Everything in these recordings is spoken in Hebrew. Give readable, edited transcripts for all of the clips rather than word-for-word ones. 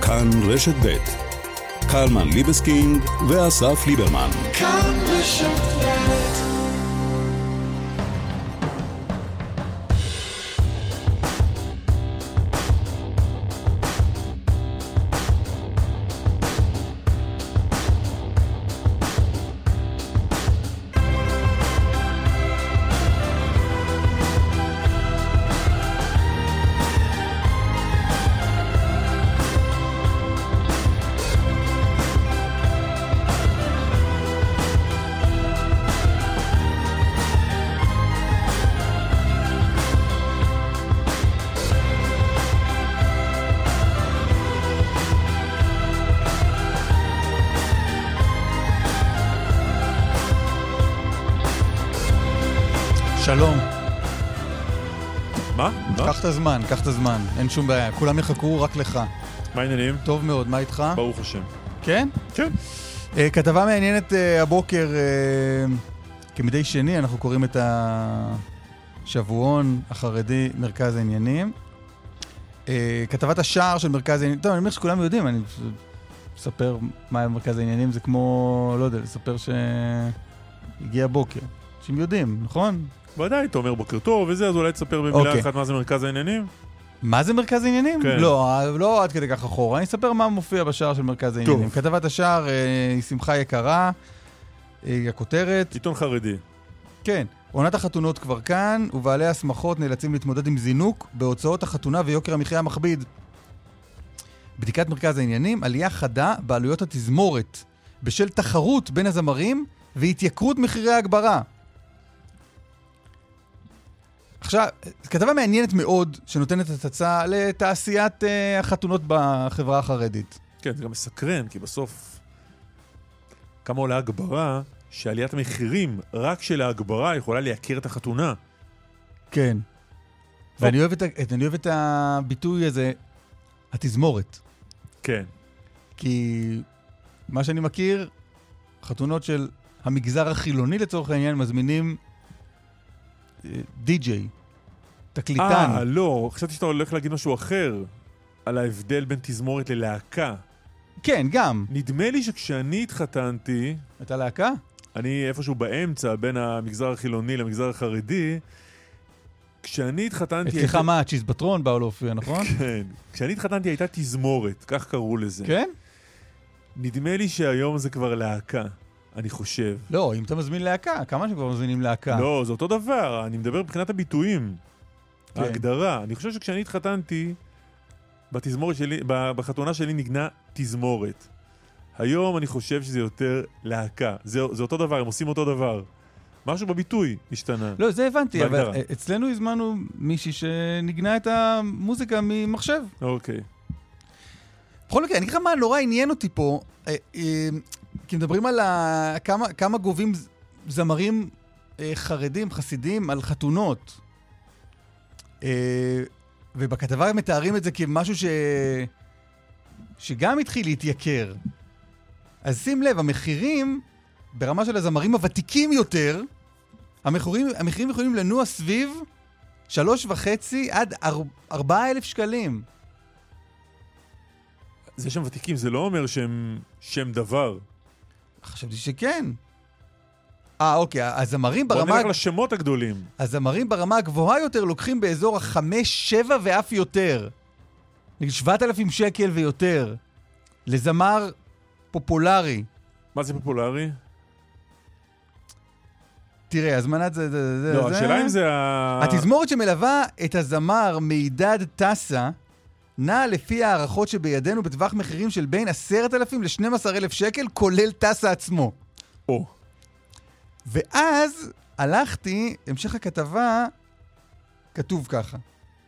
כאן רשת ב' קלמן ליבסקינד ואסף ליברמן. כאן רשת ב'. שלום. מה? קח את הזמן, אין שום בעיה. כולם יחכו רק לך. מה העניינים? טוב מאוד, מה איתך? ברוך השם. כן? כן. כתבה מעניינת הבוקר, כמדי שני, אנחנו קוראים את השבועון החרדי מרכז העניינים. כתבת השער של מרכז העניינים, טוב, אני אומר שכולם יודעים, אני אספר מה מרכז העניינים, זה כמו, לא יודע, לספר שהגיע בוקר. שהם יודעים, נכון? ודאי, אתה אומר בוקר טוב וזה, אז אולי תספר במילה אחת מה זה מרכז העניינים? מה זה מרכז העניינים? כן. לא עד כדי כך אחורה. אני אספר מה מופיע בשער של מרכז העניינים. כתבת השער היא שמחה יקרה, הכותרת. עיתון חרדי. כן. עונת החתונות כבר כאן, ובעלי הסמכות נאלצים להתמודד עם זינוק בהוצאות החתונה ויוקר המחיה המכביד. בדיקת מרכז העניינים, עלייה חדה בעלויות התזמורת, בשל תחרות בין הזמרים והתייקרות מחירי ההגברה. עכשיו, כתבה מעניינת מאוד שנותנת הצצה לתעשיית החתונות בחברה החרדית. כן, זה גם מסקרן, כי בסוף כמה עולה הגברה, שעליית המחירים רק של ההגברה יכולה לייקר את החתונה. כן. ואני אוהב את הביטוי הזה, התזמורת. כן. כי מה שאני מכיר, חתונות של המגזר החילוני לצורך העניין מזמינים די-ג'יי, תקליטן. לא, חשבתי שאתה הולך להגיד משהו אחר, על ההבדל בין תזמורת ללהקה. כן, גם. נדמה לי שכשאני התחתנתי, הייתה להקה? אני איפשהו באמצע בין המגזר החילוני למגזר החרדי, כשאני התחתנתי... אצלך מה, צ'יזבטרון באו להופיע, נכון? כן. כשאני התחתנתי הייתה תזמורת, כך קראו לזה. כן? נדמה לי שהיום זה כבר להקה. אני חושב. לא, אם אתה מזמין להקה, כמה שכבר מזמינים להקה? לא, זה אותו דבר, אני מדבר מבחינת הביטויים. כן. ההגדרה. אני חושב שכשאני התחתנתי, בחתונה שלי נגנה תזמורת. היום אני חושב שזה יותר להקה. זה אותו דבר, הם עושים אותו דבר. משהו בביטוי השתנה. לא, זה הבנתי, בהגדרה. אבל אצלנו הזמנו מישהי שנגנה את המוזיקה ממחשב. אוקיי. בכל מקרה, אני אגיד לך מה נורא עניין אותי פה, כי מדברים על כמה גובים זמרים חרדים, חסידים, על חתונות. ובכתבה מתארים את זה כמשהו שגם התחיל להתייקר. אז שים לב, המחירים, ברמה של הזמרים הוותיקים יותר, המחירים יכולים לנוע סביב 3.5 עד 4,000 שקלים. זה שהם ותיקים, זה לא אומר שהם שם דבר. חשבתי שכן. אוקיי, הזמרים ברמה... בוא נלך לשמות הגדולים. הזמרים ברמה הגבוהה יותר לוקחים באזור 5, 7 ואף יותר. 7,000 שקל ויותר. לזמר פופולרי. מה זה פופולרי? תראה, הזמנת זה... לא, השאלה אם זה התזמורת שמלווה את הזמר מידד טסה, נע לפי הערכות שבידינו בטווח מחירים של בין 10,000 ל-12,000 שקל, כולל טסה עצמו. ואז הלכתי, המשך הכתבה, כתוב ככה.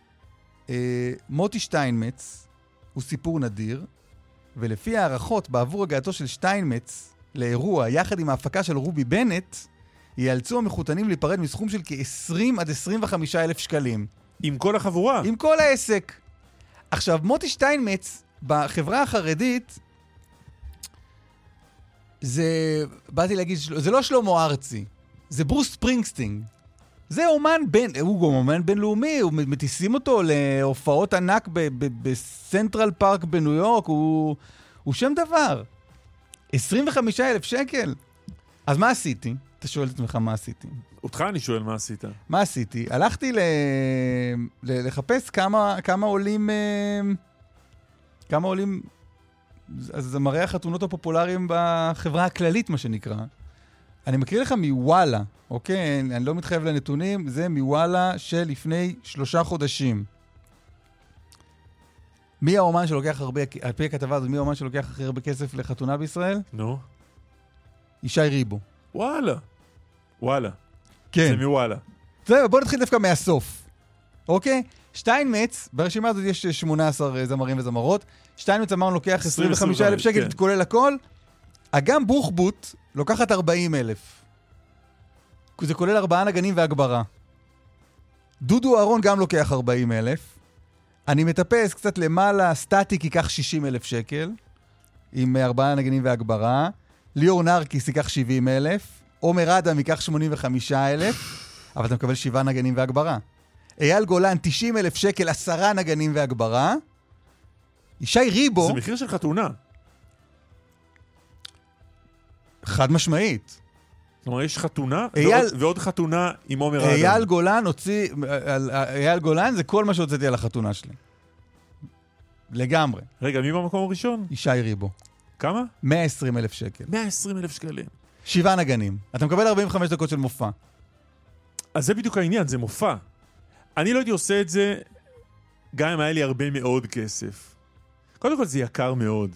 מוטי שטיינמץ הוא סיפור נדיר, ולפי הערכות בעבור הגעתו של שטיינמץ לאירוע, יחד עם ההפקה של רובי בנט, ייאלצו המחותנים להיפרד מסכום של כ-20 עד 25,000 שקלים. עם כל החבורה? עם כל העסק. עכשיו, מוטי שטיינמץ, בחברה החרדית, באתי להגיד, זה לא שלמה ארצי, זה ברוס ספרינגסטין. זה הוא אומן בינלאומי, הוא מטיסים אותו להופעות ענק בסנטרל פארק בניו יורק, הוא שם דבר. 25,000 שקל. אז מה עשיתי? אתה שואל את עצמך מה עשיתי. אותך אני שואל מה עשית. מה עשיתי? הלכתי לחפש כמה עולים, אז זה מראה החתונות הפופולריים בחברה הכללית, מה שנקרא. אני מקריא לך מוואלה, אוקיי? אני לא מתחייב לנתונים, זה מוואלה של לפני 3 חודשים. מי האומן שלוקח הרבה, על פי הכתבה הזאת, מי האומן שלוקח הכי הרבה כסף לחתונה בישראל? נו. ישי ריבו. וואלה. כן. זה מוואלה. זהו, בוא נתחיל דווקא מהסוף. אוקיי? שטיינמץ, ברשימה הזאת יש 18 זמרים וזמרות, שטיינמץ אמרנו לוקח 25,000 שקל, כן. כולל הכל. אגם בוחבוט לוקחת 40,000. זה כולל 4 נגנים והגברה. דודו אהרון גם לוקח 40,000. אני מטפס קצת למעלה, סטטיק ייקח 60,000 שקל, עם 4 נגנים והגברה. ליאור נרקיס ייקח 70,000. עומר אדם ייקח 85,000, אבל אתה מקבל 7 נגנים והגברה. אייל גולן, 90,000 שקל, 10 נגנים והגברה. ישי ריבו... זה מחיר של חתונה. חד משמעית. זאת אומרת, יש חתונה, ועוד חתונה עם עומר אדם. אייל גולן הוציא... אייל גולן זה כל מה שהוצאתי על החתונה שלי. לגמרי. רגע, מי במקום הראשון? ישי ריבו. כמה? 120,000 שקל. 120,000 שקלים. 7 נגנים. אתה מקבל 45 דקות של מופע. אז זה בדיוק העניין, זה מופע. אני לא הייתי עושה את זה גם אם היה לי הרבה מאוד כסף. קודם כל זה יקר מאוד.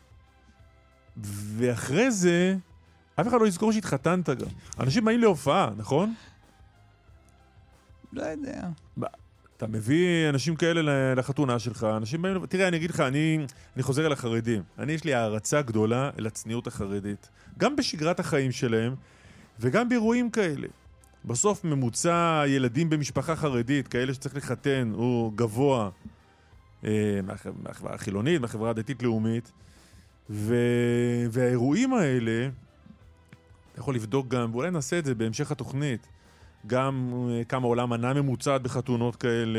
ואחרי זה, אף אחד לא יזכור שהתחתנת גם. אנשים באים להופעה, נכון? לא יודע. אתה מביא אנשים כאלה לחתונה שלך, אנשים באים... תראה, אני אגיד לך, אני חוזר אל החרדים. יש לי הערצה גדולה אל הצניעות החרדית. גם בשגרת החיים שלהם, וגם באירועים כאלה. בסוף ממוצע ילדים במשפחה חרדית, כאלה שצריך לחתן, הוא גבוה מהחברה החילונית, מהחברה הדתית-לאומית. והאירועים האלה, אתה יכול לבדוק גם, ואולי נעשה את זה בהמשך התוכנית, גם כמה עולה מנה ממוצעת בחתונות כאלה.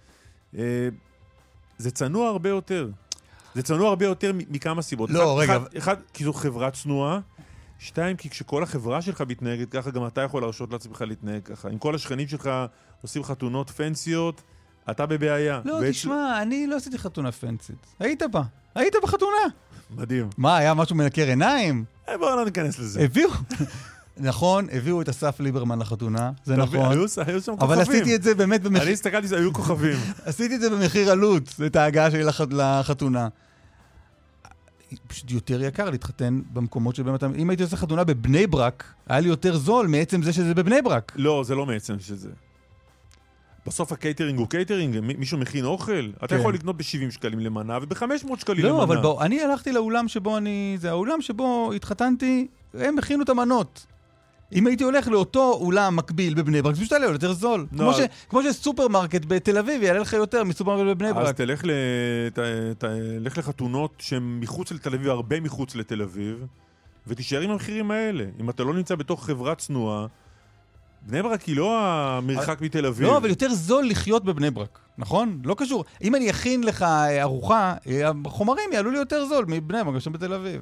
זה צנוע הרבה יותר. זה צנוע הרבה יותר מכמה סיבות. לא, רגע. אחד, כי זו חברה צנועה. 2, כי כשכל החברה שלך מתנהגת ככה, גם אתה יכול להרשות לעצמך להתנהג ככה. אם כל השכנים שלך עושים חתונות פנסיות, אתה בבעיה. לא, תשמע, אני לא עשיתי חתונה פנסית. היית בחתונה. מדהים. מה, היה משהו מנקר עיניים? בואו לא ניכנס לזה. הביאו. נכון, הביאו את אסף ליברמן לחתונה, זה נכון. היו שם כוכבים. אבל עשיתי את זה באמת במחיר... אני הסתכלתי, היו כוכבים. עשיתי את זה במחיר עלות, את ההגעה שלי לחתונה. פשוט יותר יקר להתחתן במקומות שבהם אתה... אם הייתי עושה חתונה בבני ברק, היה לי יותר זול מעצם זה שזה בבני ברק. לא, זה לא מעצם שזה. בסוף הקייטרינג הוא קייטרינג, מישהו מכין אוכל, אתה יכול לקנות ב-70 שקלים למנה וב-500 שקלים למנה. לא, אבל בוא, אני הלכתי לאולם שבו זה האולם שבו התחתנתי, הם הכינו את המנות. אם הייתי הולך לאותו אולם מקביל בבני ברק, זה פשוט עלה יותר זול. כמו שסופרמרקט בתל אביב יעלה לך יותר מסופרמרקט בבני ברק. אז תלך לחתונות שהן מחוץ לתל אביב, הרבה מחוץ לתל אביב, ותישאר עם המחירים האלה. אם אתה לא נמצא בתוך חברה צנועה, בני ברק היא לא המרחק מתל אביב. לא, אבל יותר זול לחיות בבני ברק, נכון? לא קשור. אם אני אכין לך ארוחה, החומרים יעלו לי יותר זול מבני ברק, שם בתל אביב.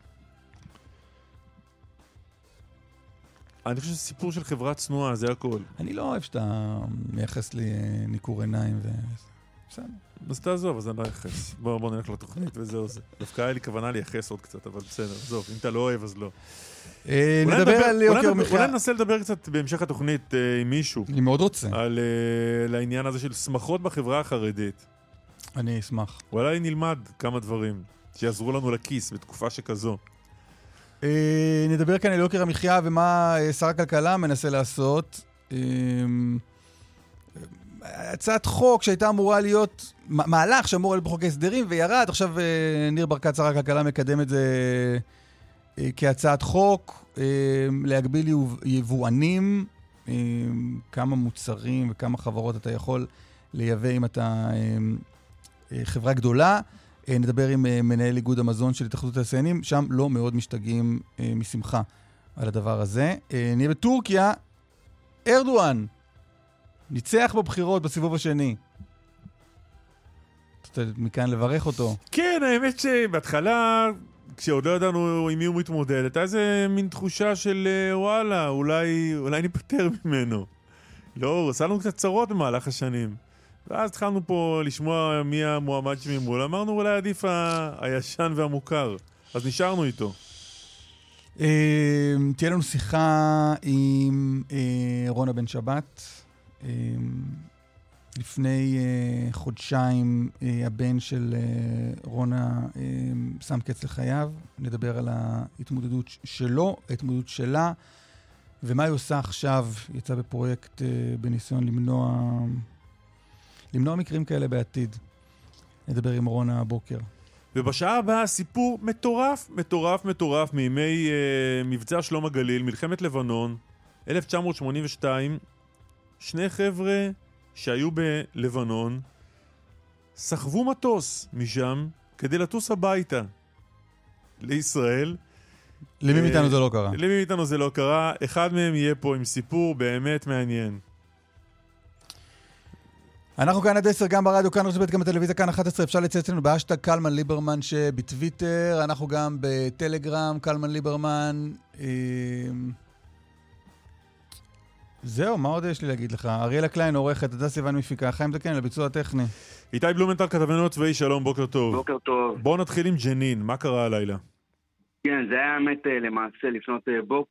אני חושב שזה סיפור של חברה צנועה, זה הכל. אני לא אוהב שאתה מייחס לי ניקור עיניים בסדר. אז תעזוב, אז אני לא אייחס. בוא נלך לתוכנית וזהו זה. דווקא היה לי כוונה לייחס עוד קצת, אבל בסדר, עזוב. אם אתה לא אוהב, אז לא. נדבר על יוקר מחיה. אולי ננסה לדבר קצת בהמשך התוכנית עם מישהו. אני מאוד רוצה. על העניין הזה של שמחות בחברה החרדית. אני אשמח. אולי נלמד כמה דברים שיעזרו לנו לכיס בתקופה שכזו. נדבר כאן על יוקר המחיה ומה שר הכלכלה מנסה לעשות. הצעת חוק שהייתה אמורה להיות, מהלך שאמור להיות בחוק ההסדרים וירד, עכשיו ניר ברקת שר הכלכלה מקדם את זה כהצעת חוק, להגביל יבואנים, כמה מוצרים וכמה חברות אתה יכול לייבא אם אתה חברה גדולה. נדבר עם מנהל איגוד המזון של התאחדות התעשיינים, שם לא מאוד משתגעים משמחה על הדבר הזה. נהיה בטורקיה, ארדואן ניצח בבחירות בסיבוב השני. אתה מכאן לברך אותו. כן, האמת שבהתחלה, כשעוד לא ידענו עם מי הוא מתמודד, הייתה איזה מין תחושה של וואלה, אולי ניפטר ממנו. לא, עשה לנו קצת צרות במהלך השנים. ואז התחלנו פה לשמוע מי המועמד שממול. אמרנו אולי עדיף הישן והמוכר. אז נשארנו איתו. תהיה לנו שיחה עם רונה בן שבת. לפני חודשיים הבן של רונה שם קץ לחייו. נדבר על ההתמודדות שלו, ההתמודדות שלה, ומה היא עושה עכשיו. יצא בפרויקט בניסיון למנוע מקרים כאלה בעתיד. נדבר עם רונה הבוקר. ובשעה הבאה סיפור מטורף מימי מבצע שלום הגליל, מלחמת לבנון, 1982. שני חבר'ה שהיו בלבנון סחבו מטוס משם כדי לטוס הביתה לישראל. למי מאיתנו זה לא קרה? למי מאיתנו זה לא קרה. אחד מהם יהיה פה עם סיפור באמת מעניין. אנחנו כאן עד 10, גם ברדיו, כאן רשת ב', גם בטלוויזיה, כאן 11. אפשר לצאת אצלנו בהשטג קלמן ליברמן שבטוויטר, אנחנו גם בטלגרם, קלמן ליברמן. זהו, מה עוד יש לי להגיד לך? אריאלה קליין עורכת, הדס סיוון מפיקה, חיים דקן לביצוע הטכני. איתי בלומנטל כתבנו הצבאי, שלום, בוקר טוב. בוקר טוב. בואו נתחיל עם ג'נין, מה קרה הלילה? כן, זה היה האמת למעשה לפנות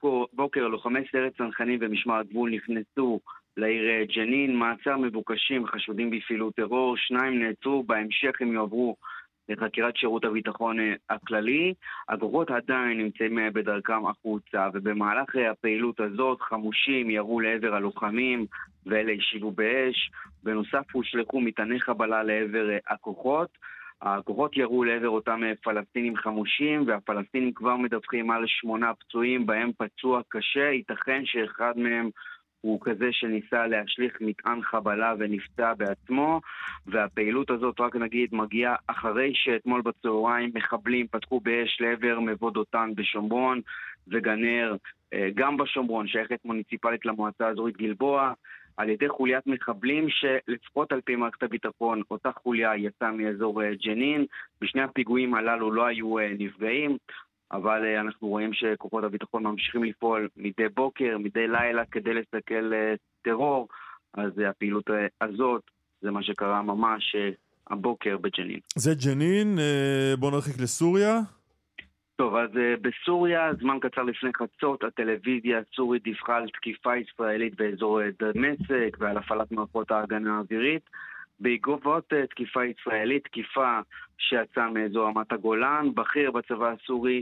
בוקר, לוחמי סיירת צנחנים ומשמר הגבול נכנסו לעיר ג'נין, מעצר מבוקשים, חשודים בפעילות טרור, 2 נעצרו, בהמשך הם יועברו לחקירת שירות הביטחון הכללי. הכוחות עדיין נמצאים בדרכם החוצה, ובמהלך הפעילות הזאת חמושים ירו לעבר הלוחמים ואלה השיבו באש. בנוסף הושלחו מטעני חבלה לעבר הכוחות. הכוחות ירו לעבר אותם פלסטינים חמושים, והפלסטינים כבר מדווחים על 8 פצועים, בהם פצוע קשה. ייתכן שאחד מהם הוא כזה שניסה להשליך מטען חבלה ונפצע בעצמו, והפעילות הזאת, רק נגיד, מגיעה אחרי שאתמול בצהריים מחבלים פתחו באש לעבר מבוא דותן בשומרון וגנר גם בשומרון, שייכת מוניציפלית למועצה האזורית גלבוע, על ידי חוליית מחבלים שלפחות על פי מערכת הביטחון אותה חוליה יצאה מאזור ג'נין. בשני הפיגועים הללו לא היו נפגעים, אבל אנחנו רואים שכוחות הביטחון ממשיכים לפעול מדי בוקר, מדי לילה, כדי לסכל טרור. אז הפעילות הזאת, זה מה שקרה ממש הבוקר בג'נין. זה ג'נין, בוא נרחיק לסוריה. טוב, אז בסוריה, זמן קצר לפני חצות, הטלוויזיה הסורית דיווחה על תקיפה ישראלית באזור דמשק ועל הפעלת מערכות ההגנה האווירית. בעקבות תקיפה ישראלית, תקיפה שיצאה מאזור רמת הגולן, בכיר בצבא הסורי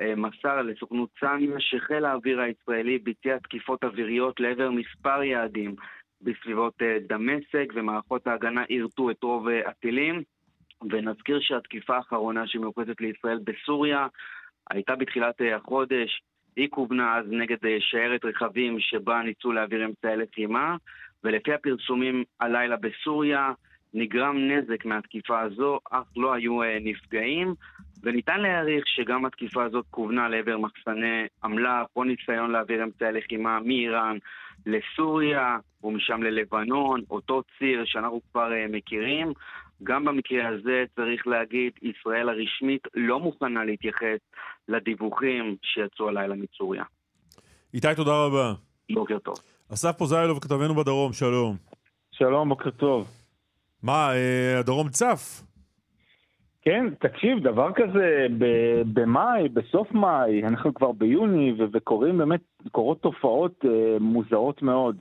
מסר לסוכנות צניה שחיל האוויר הישראלי ביצע תקיפות אוויריות לעבר מספר יעדים בסביבות דמשק, ומערכות ההגנה ירתו את רוב הטילים. ונזכיר שהתקיפה האחרונה שמיוחסת לישראל בסוריה הייתה בתחילת החודש. היא כוונה אז נגד שיירת רכבים שבה ניסו להעביר אמצעי לחימה, ולפי הפרסומים הלילה בסוריה נגרם נזק מהתקיפה הזו, אך לא היו נפגעים, וניתן להעריך שגם התקיפה הזאת כוונה לעבר מחסני אמל"ח או ניסיון להעביר אמצעי לחימה מאיראן לסוריה ומשם ללבנון, אותו ציר שאנחנו כבר מכירים. גם במקרה הזה צריך להגיד, ישראל הרשמית לא מוכנה להתייחס לדיווחים שיצאו הלילה מסוריה. איתי, תודה רבה. בוקר טוב. אסף פוזיילוב, כתבנו בדרום, שלום. שלום, בוקר טוב. מה, הדרום צף? כן, תקשיב, דבר כזה במאי, בסוף מאי, אנחנו כבר ביוני, וקוראים באמת, קורות תופעות מוזרות מאוד,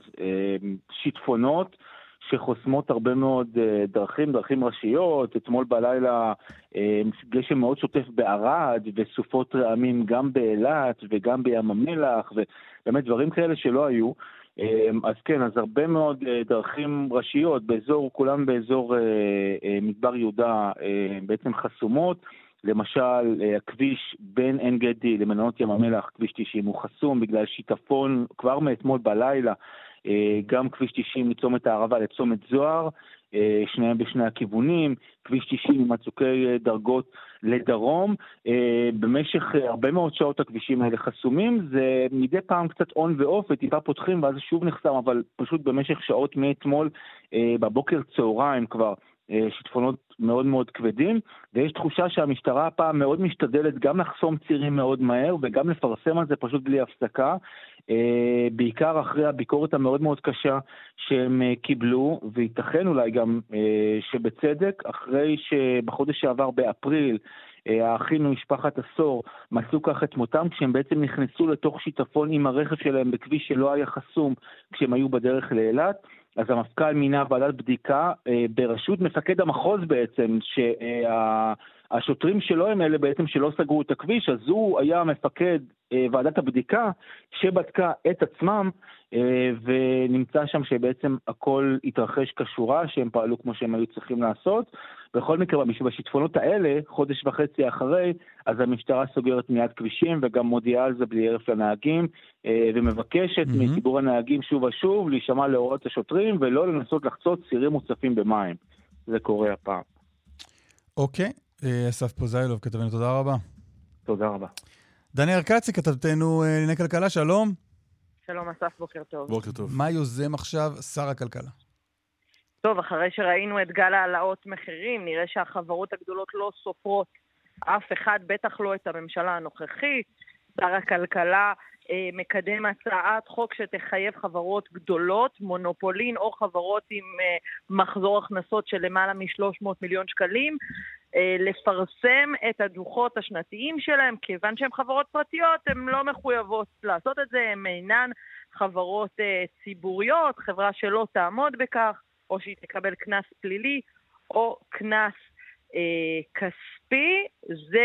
שיטפונות שחוסמות הרבה מאוד דרכים ראשיות. אתמול בלילה גשם מאוד שוטף בערד, וסופות רעמים גם באילת וגם בים המלח, ובאמת דברים כאלה שלא היו. אז כן, אז הרבה מאוד דרכים ראשיות כולם באזור מדבר יהודה בעצם חסומות. למשל, הכביש בין עין גדי למנהרות ים המלח, כביש 90, הוא חסום בגלל שיטפון כבר מאתמול בלילה. גם כביש 90 מצומת הערבה לצומת זוהר, שניהם בשני הכיוונים, כביש 90 עם מצוקי דרגות לדרום, במשך הרבה מאוד שעות הכבישים האלה חסומים, זה מדי פעם קצת און ואוף וטיפה פותחים ואז שוב נחסם, אבל פשוט במשך שעות מאתמול בבוקר צהריים כבר שיטפונות מאוד מאוד כבדים, ויש תחושה שהמשטרה הפעם מאוד משתדלת גם לחסום צירים מאוד מהר וגם לפרסם על זה פשוט בלי הפסקה, בעיקר אחרי הביקורת המאוד מאוד קשה שהם קיבלו, וייתכן אולי גם שבצדק, אחרי שבחודש שעבר באפריל האחים ממשפחת עשור מצאו כך את מותם, כשהם בעצם נכנסו לתוך שיטפון עם הרכב שלהם בכביש שלא היה חסום כשהם היו בדרך לאילת. אז המפכ"ל מינה ועדת בדיקה בראשות מפקד המחוז בעצם, שהשוטרים שלו הם אלה בעצם שלא סגרו את הכביש, אז הוא היה מפקד ועדת הבדיקה שבדקה את עצמם, ונמצא שם שבעצם הכל התרחש כשורה, שהם פעלו כמו שהם היו צריכים לעשות. בכל מקרה, בשיטפונות האלה, חודש וחצי אחרי, אז המשטרה סוגרת מיד כבישים, וגם מודיעה על זה בלי הרף לנהגים, ומבקשת מציבור הנהגים שוב ושוב, להישמע להוראות השוטרים, ולא לנסות לחצות צירים מוצפים במים. זה קורה הפעם. אוקיי, אסף פוזיילוב, כתבנו, תודה רבה. תודה רבה. דני ארקצי, כתבתנו לענייני כלכלה, שלום. שלום אסף, בוקר טוב. בוקר טוב. מה יוזם עכשיו שר הכלכלה? טוב, אחרי שראינו את גל העלאות מחירים, נראה שהחברות הגדולות לא סופרות אף אחד, בטח לא את הממשלה הנוכחית. שר הכלכלה מקדם הצעת חוק שתחייב חברות גדולות, מונופולין או חברות עם מחזור הכנסות של למעלה מ-300 מיליון שקלים, לפרסם את הדוחות השנתיים שלהם, כיוון שהן חברות פרטיות, הן לא מחויבות לעשות את זה, הן אינן חברות ציבוריות, חברה שלא תעמוד בכך, או שהיא תקבל קנס פלילי, או קנס כספי.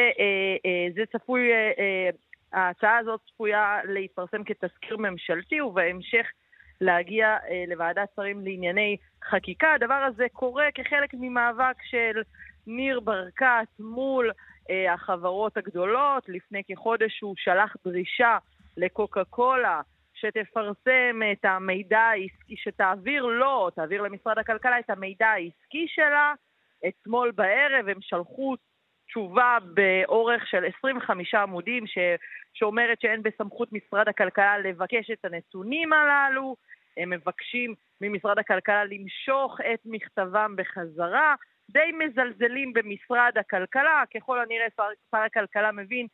זה צפוי, ההצעה הזאת צפויה להתפרסם כתזכיר ממשלתי, ובהמשך להגיע לוועדת שרים לענייני חקיקה. הדבר הזה קורה כחלק ממאבק של ניר ברקת מול החברות הגדולות. לפני כחודש הוא שלח דרישה לקוקה קולה שתפרסם את המידע העסקי, תעביר למשרד הכלכלה את המידע העסקי שלה. אתמול בערב הם שלחו תשובה באורך של 25 עמודים שאומרת שאין בסמכות משרד הכלכלה לבקש את הנתונים הללו. הם מבקשים ממשרד הכלכלה למשוך את מכתבם בחזרה, די מזלזלים במשרד הכלכלה. ככל הנראה שר הכלכלה מבין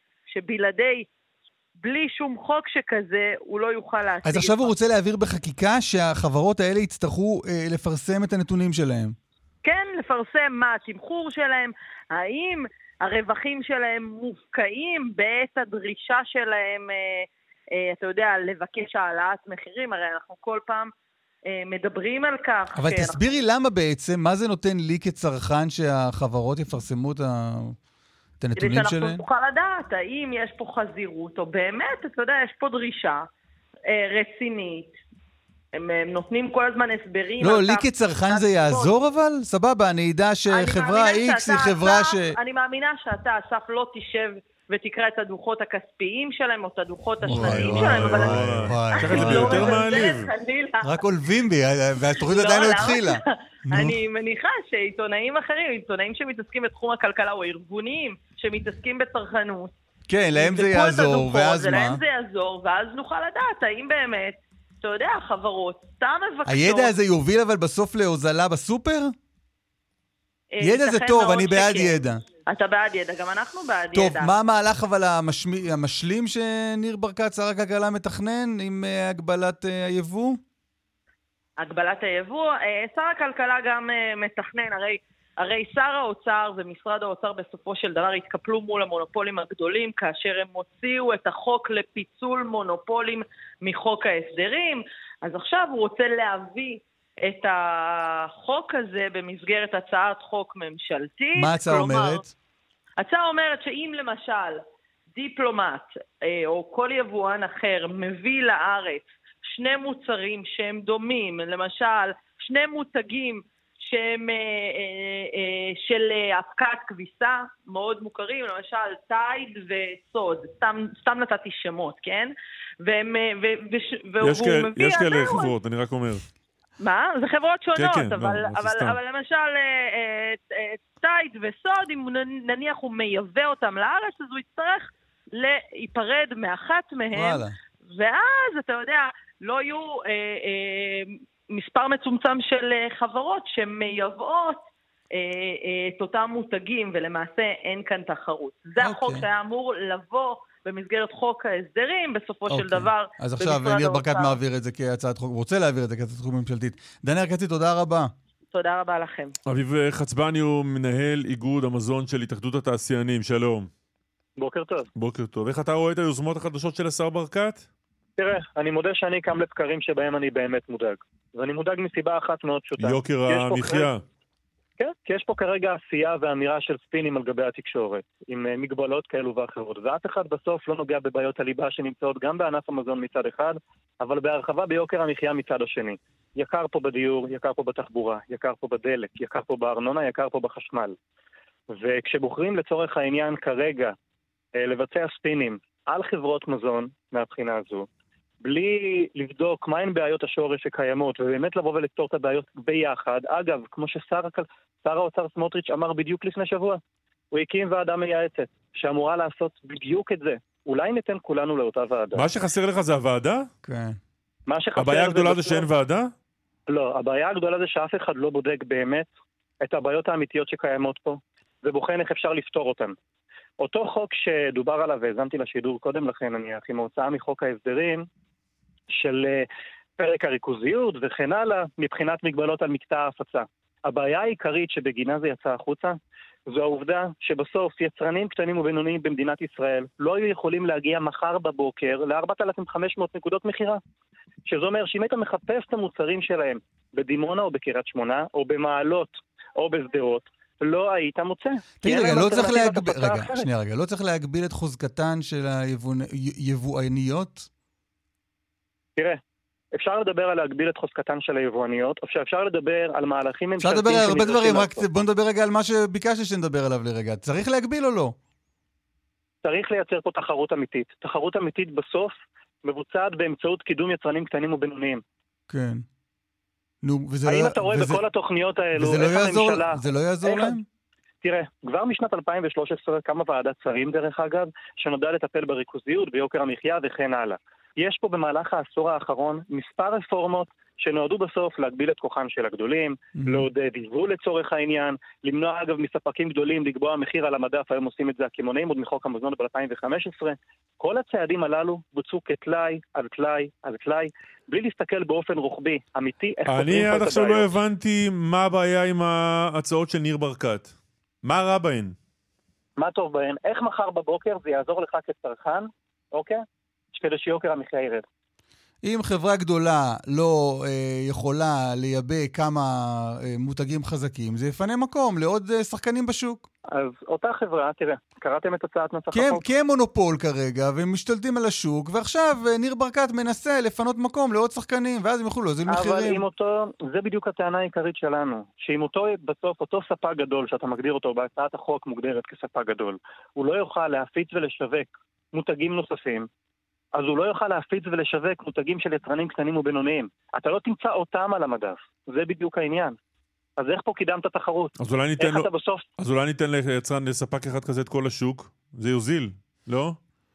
בלי שום חוק שכזה הוא לא יוכל להציג. אז עכשיו הוא רוצה להעביר בחקיקה שהחברות האלה יצטרכו לפרסם את הנתונים שלהם. כן, לפרסם מה התמחור שלהם, האם הרווחים שלהם מופקעים בעת הדרישה שלהם, אתה יודע, לבקש העלאת מחירים. הרי אנחנו כל פעם מדברים על כך. אבל תסבירי למה בעצם, מה זה נותן לי כצרכן שהחברות יפרסמו את הנתונים שלהם? שאנחנו נוכל לדעת האם יש פה חזירות, או באמת, אתה יודע, יש פה דרישה רצינית. הם נותנים כל הזמן הסברים. לא, לי כצרכן זה יעזור אבל? סבבה, אני יודע שחברה X היא חברה אני מאמינה שאתה, אסף, לא תשב ותקרא את הדוחות הכספיים שלהם, או את הדוחות השנתיים שלהם, אבל ככה זה ביותר מעליב. רק עולבים בי, והתוכנית עדיין לא התחילה. אני מניחה שעיתונאים אחרים, עיתונאים שמתעסקים בתחום הכלכלה, או ארגוניים שמתעסקים בצרכנות, כן, להם זה יעזור, ואז מה? להם זה יעזור, ואז נוכל לדעת האם באמת, אתה יודע, החברות סתם מבקשות. הידע הזה יוביל אבל בסוף להוזלה בסופר? ידע זה טוב, אני בעד ידע. אתה בעד ידע, גם אנחנו בעד ידע. טוב, מה המהלך אבל המשלים שניר ברקת, שר הכלכלה, מתכנן עם הגבלת היבוא? הגבלת היבוא, שר הכלכלה גם מתכנן, הרי שר האוצר ומשרד האוצר בסופו של דבר התקפלו מול המונופולים הגדולים, כאשר הם הוציאו את החוק לפיצול מונופולים מחוק ההסדרים. אז עכשיו הוא רוצה להביא את החוק הזה במסגרת הצעת חוק ממשלתית. מה ההצעה אומרת? ההצעה אומרת שאם למשל דיפלומט או כל יבואן אחר מביא לארץ שני מוצרים שהם דומים, למשל שני מותגים שהם של הפקת כביסה מאוד מוכרים, למשל טייד וסוד, סתם נתתי שמות, כן? יש כאלה חברות, אני רק אומר. מה? זה חברות שונות, כן, אבל למשל טייד וסוד, אם נניח הוא מייבא אותם לארץ, אז הוא יצטרך להיפרד מאחת מהם, ואז אתה יודע, לא יהיו מספר מצומצם של חברות שמייבאות את אותם מותגים, ולמעשה אין כאן תחרות. זה החוק שהיה אמור לבוא במסגרת חוק ההסדרים, בסופו של דבר. אז עכשיו ניר ברקת מעביר את זה כהצעת חוק, רוצה להעביר את זה כהצעת חוק ממשלתית. דני ארקצי, תודה רבה. תודה רבה לכם. אביב חצבני הוא מנהל איגוד המזון של התאחדות התעשיינים, שלום. בוקר טוב. בוקר טוב. איך אתה רואה את היוזמות החדשות של השר ברקת? תראה, אני מודה שאני קם לבקרים שבהם אני באמת מודאג. ואני מודאג מסיבה אחת מאוד פשוטה. יוקר המחיה. כן, כי יש פה כרגע עשייה ואמירה של ספינים על גבי התקשורת, עם מגבלות כאלו ואחרות. ואף אחד בסוף לא נוגע בבעיות הליבה שנמצאות גם בענף המזון מצד אחד, אבל בהרחבה ביוקר המחיה מצד השני. יקר פה בדיור, יקר פה בתחבורה, יקר פה בדלק, יקר פה בארנונה, יקר פה בחשמל. וכשבוחרים לצורך העניין כרגע לבצע ספינים על חברות מזון מהבחינה הזו, בלי לבדוק מהן בעיות השורש שקיימות, ובאמת לבוא ולפתור את הבעיות ביחד. אגב, כמו ששר האוצר סמוטריץ' אמר בדיוק לפני שבוע, הוא הקים ועדה מייעצת, שאמורה לעשות בדיוק את זה. אולי ניתן כולנו לאותה ועדה. מה שחסר לך זה הוועדה? כן. הבעיה הגדולה זה שאין ועדה? לא, הבעיה הגדולה זה שאף אחד לא בודק באמת את הבעיות האמיתיות שקיימות פה, ובוחן איך אפשר לפתור אותן. אותו חוק שדובר עליו, והזמתי לשידור קודם לכן, אני עם ההוצאה מחוק ההסדרים, של פרק הריכוזיות וכן הלאה, מבחינת מגבלות על מקטע ההפצה. הבעיה העיקרית שבגינה זה יצא החוצה, זו העובדה שבסוף יצרנים קטנים ובינוניים במדינת ישראל לא היו יכולים להגיע מחר בבוקר ל-4,500 נקודות מחירה. שזה אומר שאם היית מחפש את המוצרים שלהם בדימונה או בקריית שמונה, או במעלות או בשדרות, לא היית מוצא. תגיד, לא צריך להגביל את חוזקתן של היבואניות? תראה, אפשר לדבר על להגביל את חוזקתן של היבואניות, או שאפשר לדבר על מהלכים ממשלתיים. אפשר לדבר על הרבה דברים, רק בוא נדבר רגע על מה שביקשתי שנדבר עליו לרגע. צריך להגביל או לא? צריך לייצר פה תחרות אמיתית. תחרות אמיתית בסוף מבוצעת באמצעות קידום יצרנים קטנים ובינוניים. כן. האם אתה רואה בכל התוכניות האלו, זה לא יעזור להם? תראה, כבר משנת 2013 קמה ועדת שרים דרך אגב, שנודע לטפל בריכוזיות, ביוקר המחיה וכן הלאה. יש פה במהלך העשור האחרון מספר רפורמות שנועדו בסוף להגביל את כוחם של הגדולים, לעודד יבול לצורך העניין, למנוע אגב מספקים גדולים לקבוע מחיר על המדף, היום עושים את זה הקמעונאים עוד מחוק המזון ב-2015. כל הצעדים הללו בוצעו כתלאי על תלאי על תלאי, בלי להסתכל באופן רוחבי, אמיתי, איך פותרים אני פה את עד עכשיו הבעיות. לא הבנתי מה הבעיה עם ההצעות של ניר ברקת. מה רע בהן? מה טוב בהן? איך מחר בבוקר זה יעזור לך כצרכן, אוקיי? כדי שיוקר המחיה ירד. אם חברה גדולה לא יכולה לייבא כמה מותגים חזקים, זה יפנה מקום לעוד שחקנים בשוק. אז אותה חברה, תראה, קראתם את הצעת נוסח החוק? כי הם מונופול כרגע, והם משתלטים על השוק, ועכשיו ניר ברקת מנסה לפנות מקום לעוד שחקנים, ואז הם יוכלו להוזיל מחירים. אבל עם אותו, זה בדיוק הטענה העיקרית שלנו, שאם אותו בסוף, אותו ספק גדול, שאתה מגדיר אותו בהצעת החוק מוגדרת כספק גדול, הוא לא יוכל להפיץ ולשווק מותגים נוספים, אז הוא לא יוכל להפיץ ולשווק מותגים של יצרנים קטנים ובינוניים. אתה לא תמצא אותם על המדף. זה בדיוק העניין. אז איך פה קידמת תחרות? אז אולי ניתן ליצרן לספק אחד כזה את כל השוק? זה יוזיל, לא?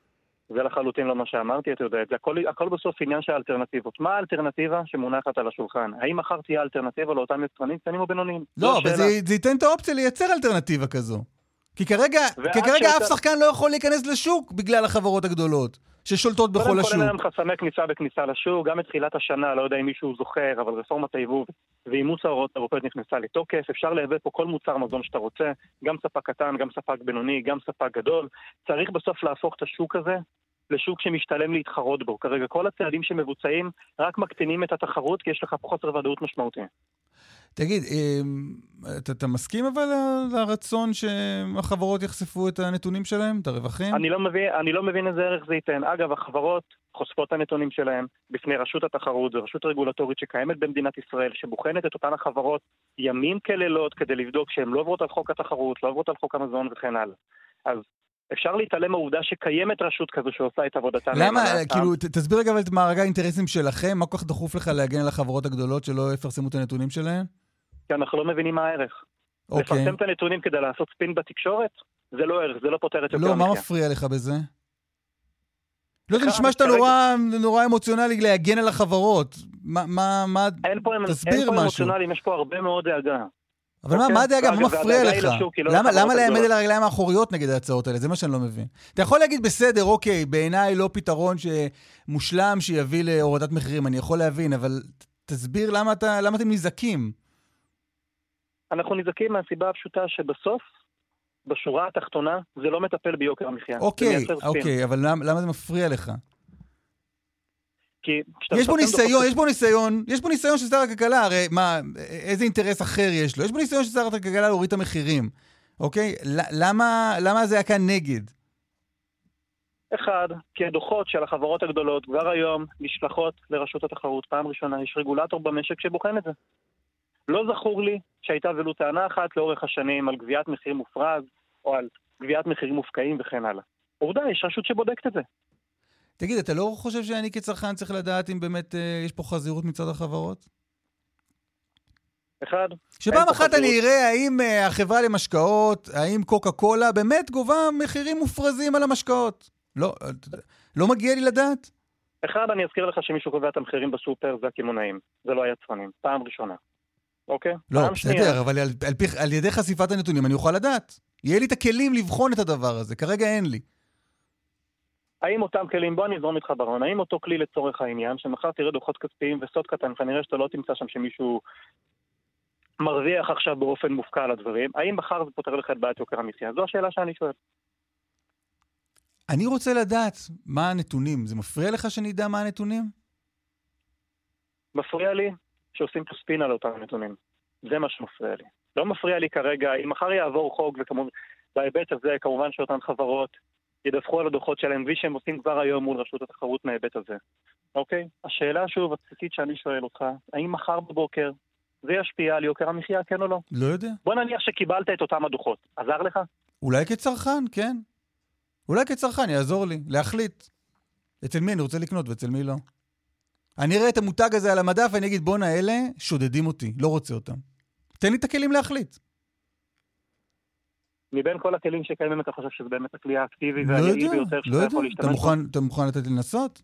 זה לחלוטין לא מה שאמרתי, אתה יודע. הכל בסוף עניין של האלטרנטיבות. מה האלטרנטיבה שמונחת על השולחן? האם מחר תהיה אלטרנטיבה לאותם יצרנים קטנים ובינוניים? לא, אבל זה ייתן את האופציה לייצר אלטרנטיבה כזו. כי כרגע אף שחקן לא יכול להיכנס לשוק בגלל החברות הגדולות ששולטות בכל השוק. קודם כל אין להם חסמי כניסה בכניסה לשוק, גם מתחילת השנה, לא יודע אם מישהו זוכר, אבל רפורמת היבוא ואימוץ ההוראות האירופאיות נכנסה לתוקף, אפשר לייבא פה כל מוצר מזון שאתה רוצה, גם ספק קטן, גם ספק בינוני, גם ספק גדול. צריך בסוף להפוך את השוק הזה לשוק שמשתלם להתחרות בו. כרגע כל הצעדים שמבוצעים רק מקטינים את התחרות, כי יש לך חוסר ודאות משמעותי. תגיד, אתה מסכים אבל לרצון שהחברות יחשפו את הנתונים שלהם, את הרווחים? אני לא מבין איזה ערך זה ייתן. אגב, החברות חושפות את הנתונים שלהם בפני רשות התחרות, זו רשות רגולטורית שקיימת במדינת ישראל, שבוחנת את אותן החברות ימים כלילות כדי לבדוק שהן לא עוברות על חוק התחרות, לא עוברות על חוק המזון וכן הלאה. אז אפשר להתעלם מהעובדה שקיימת רשות כזו שעושה את עבודתה. למה? כאילו, תסביר רגע את מארג האינטרסים שלכם, מה כל כך דחוף לך להגן על החברות הגדולות שלא יפרסמו את הנתונים שלהן? כי אנחנו לא מבינים מה הערך. לפרסם את הנתונים כדי לעשות ספין בתקשורת, זה לא ערך, זה לא פותר את יוקר המחיה. לא, מה מפריע לך בזה? לא, זה נשמע שאתה נורא אמוציונלי להגן על החברות. תסביר משהו. אין פה אמוציונלים, יש פה הרבה מאוד דאגה. אבל מה הדאגה? מה מפריע לך? למה להעמד על הרגליים האחוריות נגד ההצעות האלה? זה מה שאני לא מבין. אתה יכול להגיד בסדר, אוקיי, בעיניי לא פתרון מושלם שיביא להורדת מחירים, אני יכול להבין, אבל תסביר למה אתם נזקים. אנחנו נזקים מהסיבה הפשוטה שבסוף, בשורה התחתונה, זה לא מטפל ביוקר המחיה. אוקיי, אבל למה זה מפריע לך? יש פה ניסיון של שר הכלכלה, הרי מה, איזה אינטרס אחר יש לו? יש פה ניסיון של שר הכלכלה להוריד את המחירים, אוקיי? למה זה היה כאן נגד? אחד, כי הדוחות של החברות הגדולות כבר היום נשלחות לרשות התחרות. פעם ראשונה יש רגולטור במשק שבוחן את זה. לא זכור לי שהייתה ולו טענה אחת לאורך השנים על גביית מחירים מופרז, או על גביית מחירים מופקעים וכן הלאה. עובדה, יש רשות שבודקת את זה. תגיד, אתה לא חושב שאני כצרכן צריך לדעת אם באמת יש פה חזירות מצד החברות? אחד. שפעם אחת אני אראה האם החברה למשקאות, האם קוקה קולה באמת גובה מחירים מופרזים על המשקאות. לא מגיע לי לדעת? אחד, אני אזכיר לך שמישהו קובע את המחירים בסופר, זה הקמעונאים. זה לא היצרנים. פעם ראשונה. אוקיי? לא, בסדר, אבל על ידי חשיפת הנתונים אני אוכל לדעת. יהיה לי את הכלים לבחון את הדבר הזה. כרגע אין לי. האם אותם כלים, בוא נזרום איתך ברון, האם אותו כלי לצורך העניין, שמחר תראה דוחות כספיים וסוד קטן, כנראה שאתה לא תמצא שם שמישהו מרוויח עכשיו באופן מופקע על הדברים, האם מחר זה פותר לך את בעיית יוקר המחיה? זו השאלה שאני שואל. אני רוצה לדעת מה הנתונים. זה מפריע לך שאני אדע מה הנתונים? מפריע לי שעושים פה ספין על אותם הנתונים. זה מה שמפריע לי. לא מפריע לי כרגע, אם מחר יעבור חוק, וכמובן, בהיבט הזה, כמובן שאותן חברות ידווחו על הדוחות שלהם, כפי שהם עושים כבר היום מול רשות התחרות מההיבט הזה. אוקיי? השאלה שוב, הבסיסית שאני שואל אותך, האם מחר בבוקר זה ישפיע על יוקר המחיה, כן או לא? לא יודע. בוא נניח שקיבלת את אותם הדוחות. עזר לך? אולי כצרכן, כן. אולי כצרכן יעזור לי להחליט אצל מי אני רוצה לקנות ואצל מי לא. אני אראה את המותג הזה על המדף ואני אגיד, בוא נאלה, שודדים אותי, לא רוצה אותם. תן לי את הכלים להחליט. מבין כל הכלים שקיימים, אתה חושב שזה באמת הכלי האקטיבי והיעיל ביותר שאתה יכול להשתמש בו? אתה מוכן לתת לי לנסות?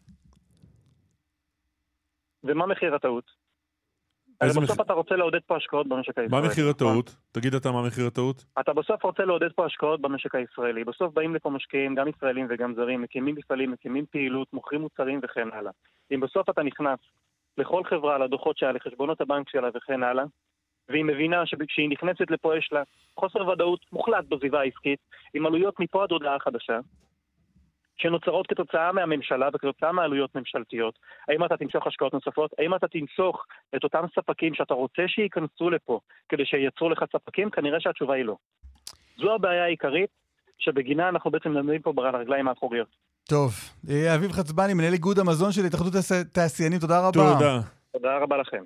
ומה מחיר הטעות? בסוף אתה רוצה לעודד פה השקעות במשק הישראלי. מה מחיר הטעות? תגיד אתה מה מחיר הטעות? אתה בסוף רוצה לעודד פה השקעות במשק הישראלי. בסוף באים לפה משקיעים, גם ישראלים וגם זרים, מקימים מפעלים, מקימים פעילות, מוכרים מוצרים וכן הלאה. אם בסוף אתה נכנס לכל חברה, לדוחות שלה, לחשבונות הבנק שלה וכן הלאה, והיא מבינה שכשהיא נכנסת לפה יש לה חוסר ודאות מוחלט בסביבה העסקית, עם עלויות מפה עד הודעה חדשה, שנוצרות כתוצאה מהממשלה וכתוצאה מהעלויות ממשלתיות. האם אתה תמשוך השקעות נוספות? האם אתה תמשוך את אותם ספקים שאתה רוצה שייכנסו לפה כדי שייצרו לך ספקים? כנראה שהתשובה היא לא. זו הבעיה העיקרית שבגינה אנחנו בעצם נעמדים פה ברגליים האחוריות. טוב, אביב חצבני, מנהל איגוד המזון של התאחדות התעשיינים, תודה רבה. תודה. תודה רבה לכם.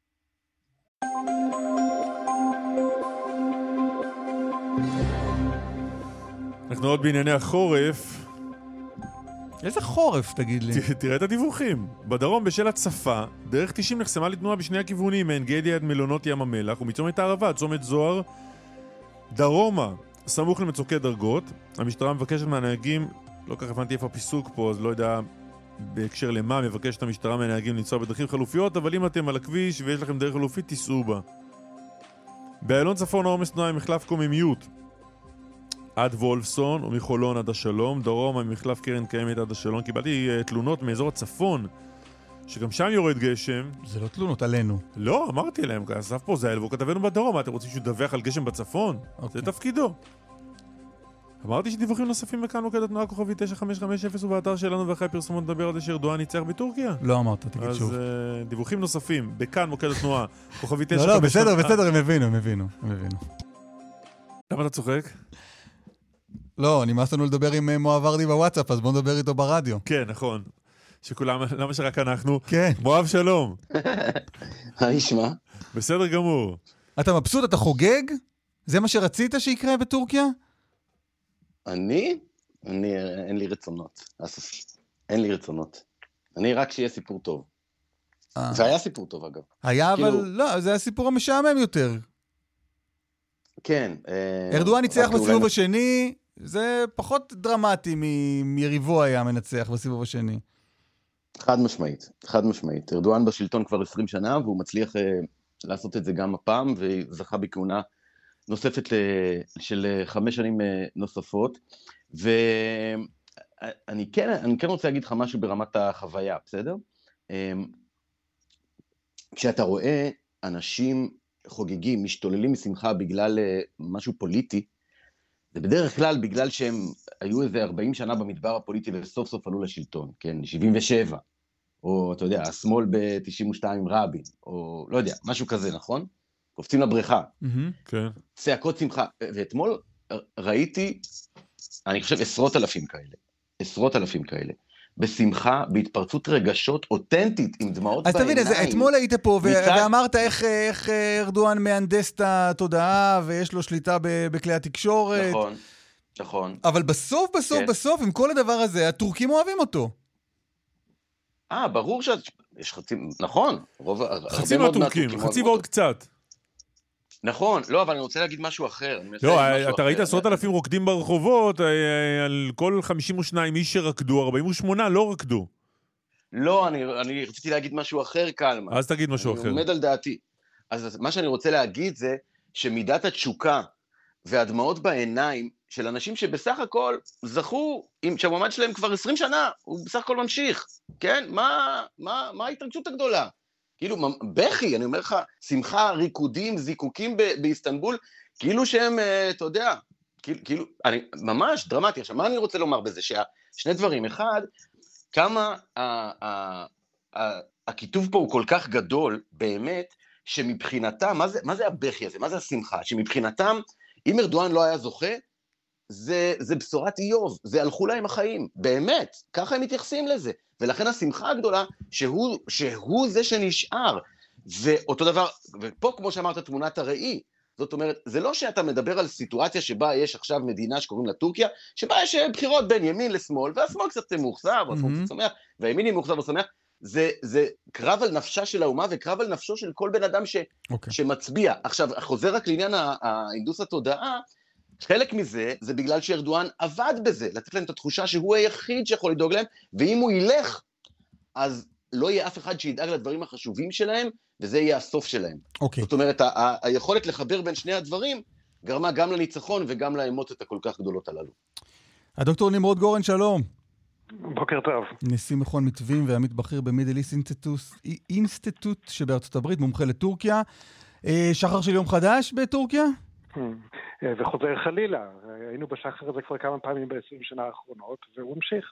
אנחנו עוד בענייני החורף. איזה חורף, תגיד לי? תראה את הדיווחים. בדרום בשל הצפה, דרך 90 נחסמה לתנועה בשני הכיוונים, מעין גדי עד מלונות ים המלח, ומצומת הערבה, צומת זוהר, דרומה, סמוך למצוקי דרגות. המשטרה מבקשת מהנהגים, לא כך הבנתי איפה הפיסוק פה, אז לא יודע בהקשר למה, מבקשת המשטרה מהנהגים לנסוע בדרכים חלופיות, אבל אם אתם על הכביש ויש לכם דרך חלופית, תיסעו בה. באיילון צפון העומס תנועה ממחלף קוממיות עד וולפסון ומחולון עד השלום, דרום ממחלף קרן קיימת עד השלום. קיבלתי תלונות מאזור הצפון שגם שם יורד גשם. זה לא תלונות עלינו. לא, אמרתי להם, אסף פה זה אלבו כתבנו בדרום, מה אתם רוצים שהוא ידווח על גשם בצפון? זה תפקידו. אמרתי שדיווחים נוספים בכאן מוקד התנועה כוכבי 9550 ובאתר שלנו ואחרי פרסומות נדבר על זה שארדואן ניצח בטורקיה. לא אמרת, תגיד שוב. אז דיווחים נוספים בכאן מוקד התנועה כוכבי 9550. לא, בסדר, הם הבינו. למה אתה צוחק? לא, נמאס לנו לדבר עם מואב ורדי בוואטסאפ, אז בוא נדבר איתו ברדיו. כן, נכון. שכולם, למה שרק אנחנו? כן. מואב שלום. ישמע. בסדר גמור. אתה מבסוט, אתה חוגג? זה מה שרצית שיקרה בטורקיה? אין לי רצונות. אין לי רצונות. אני רק שיהיה סיפור טוב. זה היה סיפור טוב, אגב. היה, אבל לא, זה היה סיפור המשעמם יותר. כן. ארדואן ניצח בסיבוב השני, זה פחות דרמטי מיריבו היה מנצח בסיבוב השני. חד משמעית. ארדואן בשלטון כבר 20 שנה, והוא מצליח לעשות את זה גם הפעם, וזכה בכהונה נוספת של 5 שנים נוספות. ואני כן רוצה להגיד לך משהו ברמת החוויה, בסדר? כשאתה רואה אנשים חוגגים, משתוללים משמחה בגלל משהו פוליטי, זה בדרך כלל בגלל שהם היו איזה 40 שנה במדבר הפוליטי וסוף סוף עלו לשלטון, כן, 77, או אתה יודע, השמאל ב-92 רבין, או לא יודע, משהו כזה, נכון? קופצים לבריכה. כן. צעקות שמחה, ואתמול ראיתי, אני חושב עשרות אלפים כאלה, בשמחה, בהתפרצות רגשות אותנטית, עם דמעות בעיניים. אז תבין, אתמול היית פה ואמרת איך ארדואן מהנדס את התודעה, ויש לו שליטה בכלי התקשורת. נכון. אבל בסוף, עם כל הדבר הזה, הטורקים אוהבים אותו. ברור שיש נכון. חצי מהטורקים, חצי ועוד קצת. נכון, לא, אבל אני רוצה להגיד משהו אחר. לא, אתה ראית 10,000 רוקדים ברחובות, על כל 52 איש שרקדו, 48 לא רקדו. לא, אני רציתי להגיד משהו אחר, קלמן. אז תגיד משהו אחר. אני עומד על דעתי. אז מה שאני רוצה להגיד זה, שמידת התשוקה והדמעות בעיניים של אנשים שבסך הכל זכו, שהמועמד שלהם כבר 20 שנה, הוא בסך הכל ממשיך, כן? מה ההתרגשות הגדולה? כאילו, בכי, אני אומר לך, שמחה, ריקודים, זיקוקים באיסטנבול, כאילו שהם, אתה יודע, כאילו, ממש דרמטי. עכשיו, מה אני רוצה לומר בזה? שני דברים. אחד, כמה הכיתוב פה הוא כל כך גדול, באמת, שמבחינתם, מה זה הבכי הזה? מה זה השמחה? שמבחינתם, אם ארדואן לא היה זוכה, זה בשורת איוב, זה הלכו להם החיים, באמת, ככה הם מתייחסים לזה, ולכן השמחה הגדולה שהוא זה שנשאר, ואותו דבר, ופה כמו שאמרת תמונת הראי, זאת אומרת, זה לא שאתה מדבר על סיטואציה שבה יש עכשיו מדינה שקוראים לה טורקיה, שבה יש בחירות בין ימין לשמאל, והשמאל קצת מאוכזב, והשמאל קצת שמח, והימין מאוכזב ושמח, זה קרב על נפשה של האומה, וקרב על נפשו של כל בן אדם שמצביע. עכשיו, חוזר רק לעניין ההנדוס התודעה, חלק מזה זה בגלל שארדואן עבד בזה, לתת להם את התחושה שהוא היחיד שיכול לדאוג להם, ואם הוא ילך, אז לא יהיה אף אחד שידאג לדברים החשובים שלהם, וזה יהיה הסוף שלהם. זאת אומרת, היכולת לחבר בין שני הדברים, גרמה גם לניצחון וגם לאמוציות הכל כך גדולות הללו. הדוקטור נמרוד גורן, שלום. בוקר טוב. נשיא מכון מתווים ועמית בכיר במידל איסט אינסטיטוט שבארצות הברית, מומחה לטורקיה. שחר של יום חדש בטורקיה? וחוזר חלילה. היינו בשחר הזה כבר כמה פעמים ב-20 שנה האחרונות, והוא המשיך.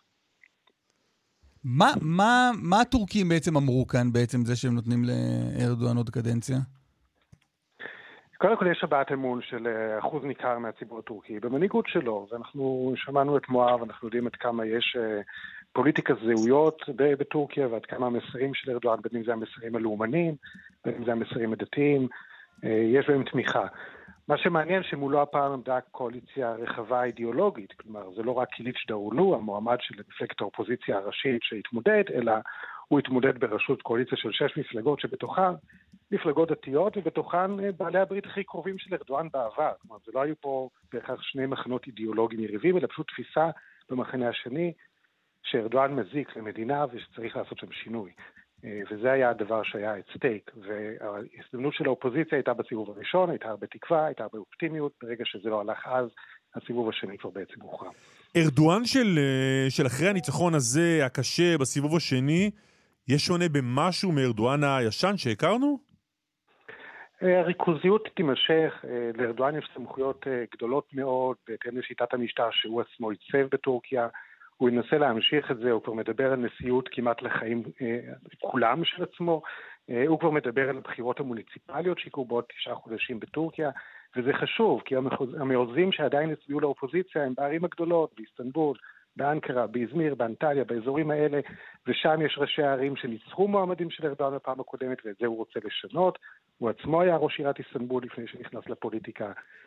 מה הטורקים בעצם אמרו כאן, בעצם זה שהם נותנים לארדואן עוד קדנציה? קודם כל יש הבעת אמון של אחוז ניכר מהציבור הטורקי, במנהיגות שלו, ואנחנו שמענו את מואב, אנחנו יודעים עד כמה יש פוליטיקה זהויות בטורקיה, ועד כמה המסרים של ארדואן, בין אם זה המסרים הלאומניים, בין אם זה המסרים הדתיים, יש בהם תמיכה. מה שמעניין שמולו הפעם עמדה קואליציה רחבה אידיאולוגית, כלומר זה לא רק קיליץ' דאולו, המועמד של מפלגת האופוזיציה הראשית שהתמודד, אלא הוא התמודד בראשות קואליציה של 6 מפלגות שבתוכן מפלגות דתיות, ובתוכן בעלי הברית הכי קרובים של ארדואן בעבר. כלומר זה לא היו פה בהכרח שני מחנות אידיאולוגיים יריבים, אלא פשוט תפיסה במחנה השני שארדואן מזיק למדינה ושצריך לעשות שם שינוי. וזה היה הדבר שהיה את סטייק, וההזדמנות של האופוזיציה הייתה בסיבוב הראשון, הייתה הרבה תקווה, הייתה הרבה אופטימיות, ברגע שזה לא הלך אז, הסיבוב השני כבר בעצם הוכרע. ארדואן של אחרי הניצחון הזה, הקשה, בסיבוב השני, יש שונה במשהו מארדואן הישן שהכרנו? הריכוזיות תימשך, לארדואן יש סמכויות גדולות מאוד, בהתאם לשיטת המשטר שהוא עצמו ייצב בטורקיה, הוא ינסה להמשיך את זה, הוא כבר מדבר על נשיאות כמעט לחיים כולם של עצמו, הוא כבר מדבר על הבחירות המוניציפליות שיקרו בעוד 9 חודשים בטורקיה, וזה חשוב, כי המעוזים שעדיין הצביעו לאופוזיציה הם בערים הגדולות, באיסטנבול, באנקרה, באזמיר, באנטליה, באזורים האלה, ושם יש ראשי הערים שניצחו מועמדים של ארדואן בפעם הקודמת, ואת זה הוא רוצה לשנות. הוא עצמו היה ראש עיריית איסטנבול לפני שנכנס לפוליטיקה.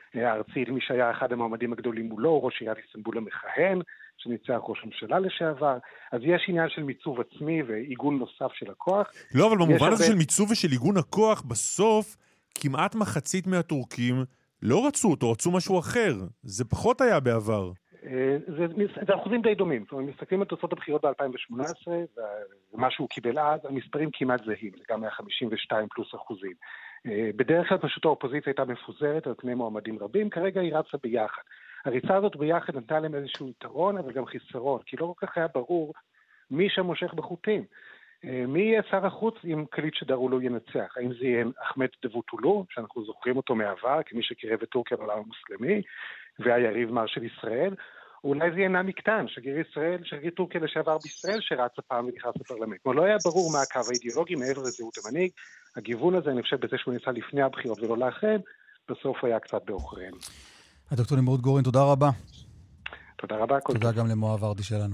הארצית, מי שהיה אחד המועמדים הגדולים מולו, ראש עיריית איסטנבול המכהן, שניצח ראש הממשלה לשעבר. אז יש עניין של מיצוב עצמי ועיגון נוסף של הכוח. לא, אבל במובן הזה של מיצוב ושל עיגון הכוח, בסוף כמעט מחצית מהטורקים לא רצו אותו, רצו משהו אחר. זה פחות היה בעבר. זה אחוזים די דומים. זאת אומרת, מסתכלים על תוצאות הבחירות ב-2018, ומה שהוא קיבל אז, המספרים כמעט זהים, גם 152 פלוס אחוזים. בדרך כלל פשוט האופוזיציה הייתה מפוזרת על פני מועמדים רבים, כרגע היא רצה ביחד. הריצה הזאת ביחד נתנה להם איזשהו יתרון, אבל גם חיסרון, כי לא כל כך היה ברור מי שמושך בחוטים. מי יהיה שר החוץ אם קליט שדרולו ינצח? האם זה יהיה אחמד דבוטולו, שאנחנו זוכרים אותו מעבר, כמי שקירב את טורקיה בעולם המוסלמי, והיריב מר של ישראל, או אולי זה יהיה נעמי קטן, שגריר טורקיה לשעבר בישראל, שרץ הפעם ונכנס לפרלמנט. לא היה ברור מה הקו האידיאולוגי מעבר לזהות המנהיג. הגיוון הזה, אני חושב, בזה שהוא ניסה לפני הבחירות ולא לאחר, בסוף היה קצת בעוכריהם. הדוקטור נמרוד גורן, תודה רבה. תודה רבה. תודה גם למואב ורדי שלנו.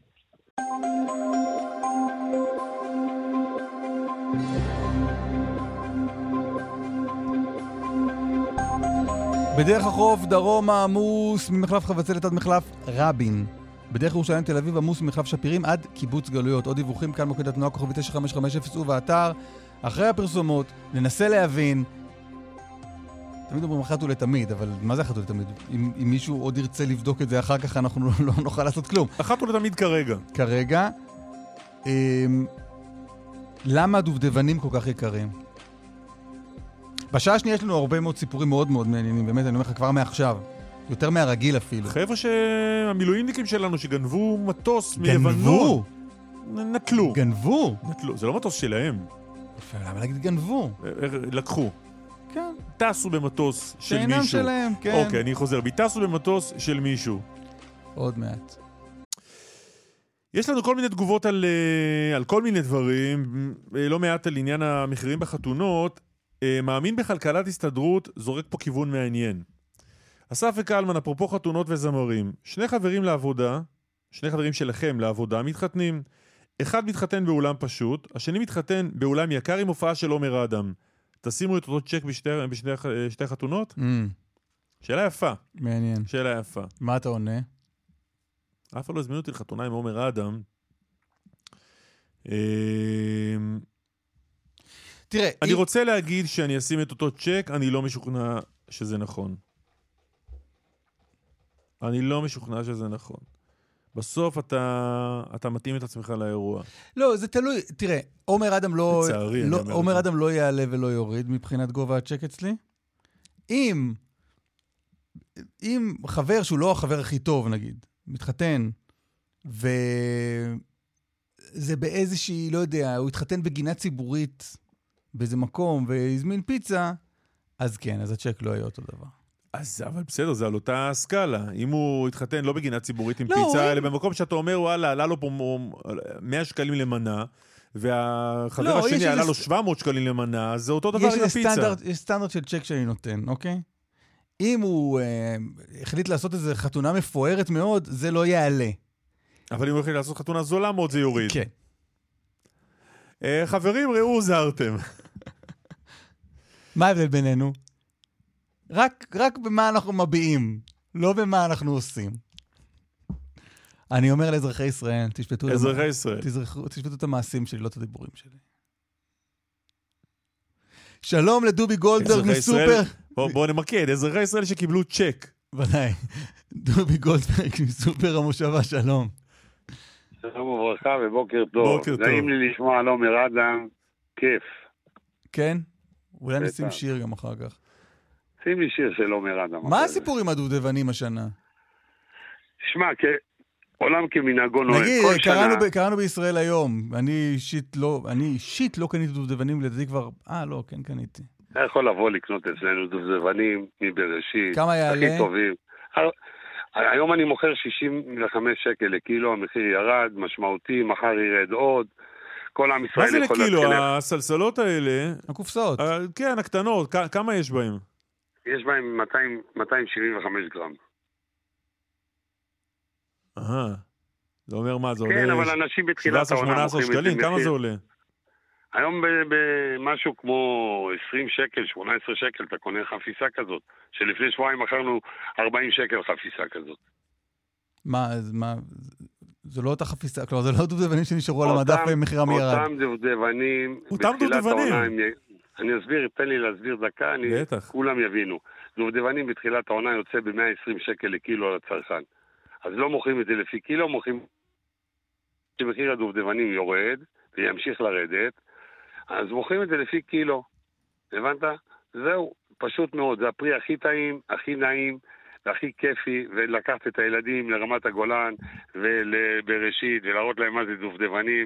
בדרך החוף דרום עמוס ממחלף חבצלת עד מחלף רבין. בדרך ירושלים תל אביב עמוס ממחלף שפירים עד קיבוץ גלויות. עוד דיווחים כאן מוקד התנועה כוכבי 9550 ובאתר. אחרי הפרסומות ננסה להבין, תמיד אומרים אחת ולתמיד, אבל מה זה אחת ולתמיד? אם מישהו עוד ירצה לבדוק את זה אחר כך אנחנו לא נוכל לעשות כלום. אחת ולתמיד כרגע. כרגע. למה הדובדבנים כל כך יקרים? בשעה השנייה יש לנו הרבה מאוד סיפורים מאוד מאוד מעניינים, באמת, אני אומר לך כבר מעכשיו. יותר מהרגיל אפילו. חבר'ה שהמילואימניקים שלנו שגנבו מטוס מיוון. גנבו? נטלו. גנבו? נטלו, זה לא מטוס שלהם. למה להגיד גנבו? לקחו. כן. טסו במטוס של מישהו. שאינם שלהם, כן. אוקיי, אני חוזר. טסו במטוס של מישהו. עוד מעט. יש לנו כל מיני תגובות על כל מיני דברים, לא מעט על עניין המחירים בחתונות. מאמין בכלכלת הסתדרות, זורק פה כיוון מעניין. אסף וקלמן, אפרופו חתונות וזמרים, שני חברים שלכם לעבודה מתחתנים. אחד מתחתן באולם פשוט, השני מתחתן באולם יקר עם הופעה של עומר אדם. תשימו את אותו צ'ק בשתי חתונות? שאלה יפה. מעניין. שאלה יפה. מה אתה עונה? אף לא הזמינו אותי לחתונה עם עומר אדם. תראה, אני רוצה להגיד שאני אשים את אותו צ'ק, אני לא משוכנע שזה נכון. אני לא משוכנע שזה נכון. בסוף אתה מתאים את עצמך לאירוע. לא, זה תלוי. תראה, עומר אדם לצערי, עומר אדם לא יעלה ולא יוריד מבחינת גובה הצ'ק אצלי. אם חבר שהוא לא החבר הכי טוב, נגיד, מתחתן, וזה באיזושהי, לא יודע, הוא התחתן בגינה ציבורית באיזה מקום והזמין פיצה, אז כן, אז הצ'ק לא היה אותו דבר. אבל בסדר, זה על אותה סקאלה. אם הוא התחתן לא בגינה ציבורית עם פיצה, אלא במקום שאתה אומר, וואלה, עלה לו פה 100 שקלים למנה, והחבר השני עלה לו 700 שקלים למנה, אז זה אותו דבר עם הפיצה. יש סטנדרט של צ'ק שאני נותן, אוקיי? אם הוא החליט לעשות איזו חתונה מפוארת מאוד, זה לא יעלה. אבל אם הוא החליט לעשות חתונה זולה מאוד, זה יוריד. כן. חברים, ראו זרתם. מה ההבדל בינינו? רק במה אנחנו מביעים, לא במה אנחנו עושים. אני אומר לאזרחי ישראל, תשפטו את המעשים שלי, לא את הדיבורים שלי. שלום לדובי גולדברג מסופר... בואו נמקד, אזרחי ישראל שקיבלו צ'ק. ודאי. דובי גולדברג מסופר המושבה, שלום. שלום וברכה ובוקר טוב. נעים לי לשמוע על עומר אדם, כיף. כן? אולי נשים שיר גם אחר כך. שים לי שיר של עומר אדם. מה הסיפור עם הדובדבנים השנה? שמע, עולם כמנהגו נוהג. נגיד, קראנו בישראל היום. אני אישית לא קניתי דובדבנים, לדעתי כבר... לא, כן קניתי. אתה יכול לבוא לקנות אצלנו דובדבנים מבראשית. כמה יעלה? הכי טובים. היום אני מוכר 65 שקל לקילו, המחיר ירד, משמעותי, מחר ירד עוד. כל עם ישראל יכול... מה זה לקילו? הסלסלות האלה... הקופסאות. כן, הקטנות. כמה יש בהם? יש בהם 275 גרם. זה אומר מה, זה עולה... כן, אבל אנשים בתחילת העונה... 17-18 שקלים, כמה זה עולה? היום במשהו כמו 20 שקל, 18 שקל, אתה קונה חפיסה כזאת, שלפני שבועיים מכרנו 40 שקל חפיסה כזאת. מה, זה לא אותה חפיסה, כלומר, זה לא דובדבנים שנשארו על המדף ומחירם ירד. אותם דובדבנים, אותם דובדבנים. אני אסביר, תן לי להסביר דקה, כולם יבינו. דובדבנים בתחילת העונה יוצא ב-120 שקל לקילו לצרכן. אז לא מוכרים את זה לפי קילו, מוכרים שמחיר הדובדבנים יורד וימשיך לרדת, אז מוכרים את זה לפי קילו. הבנת? זהו, פשוט מאוד. זה הפרי הכי טעים, הכי נעים והכי כיפי, ולקחת את הילדים לרמת הגולן ולבראשית ולהראות להם מה זה דובדבנים.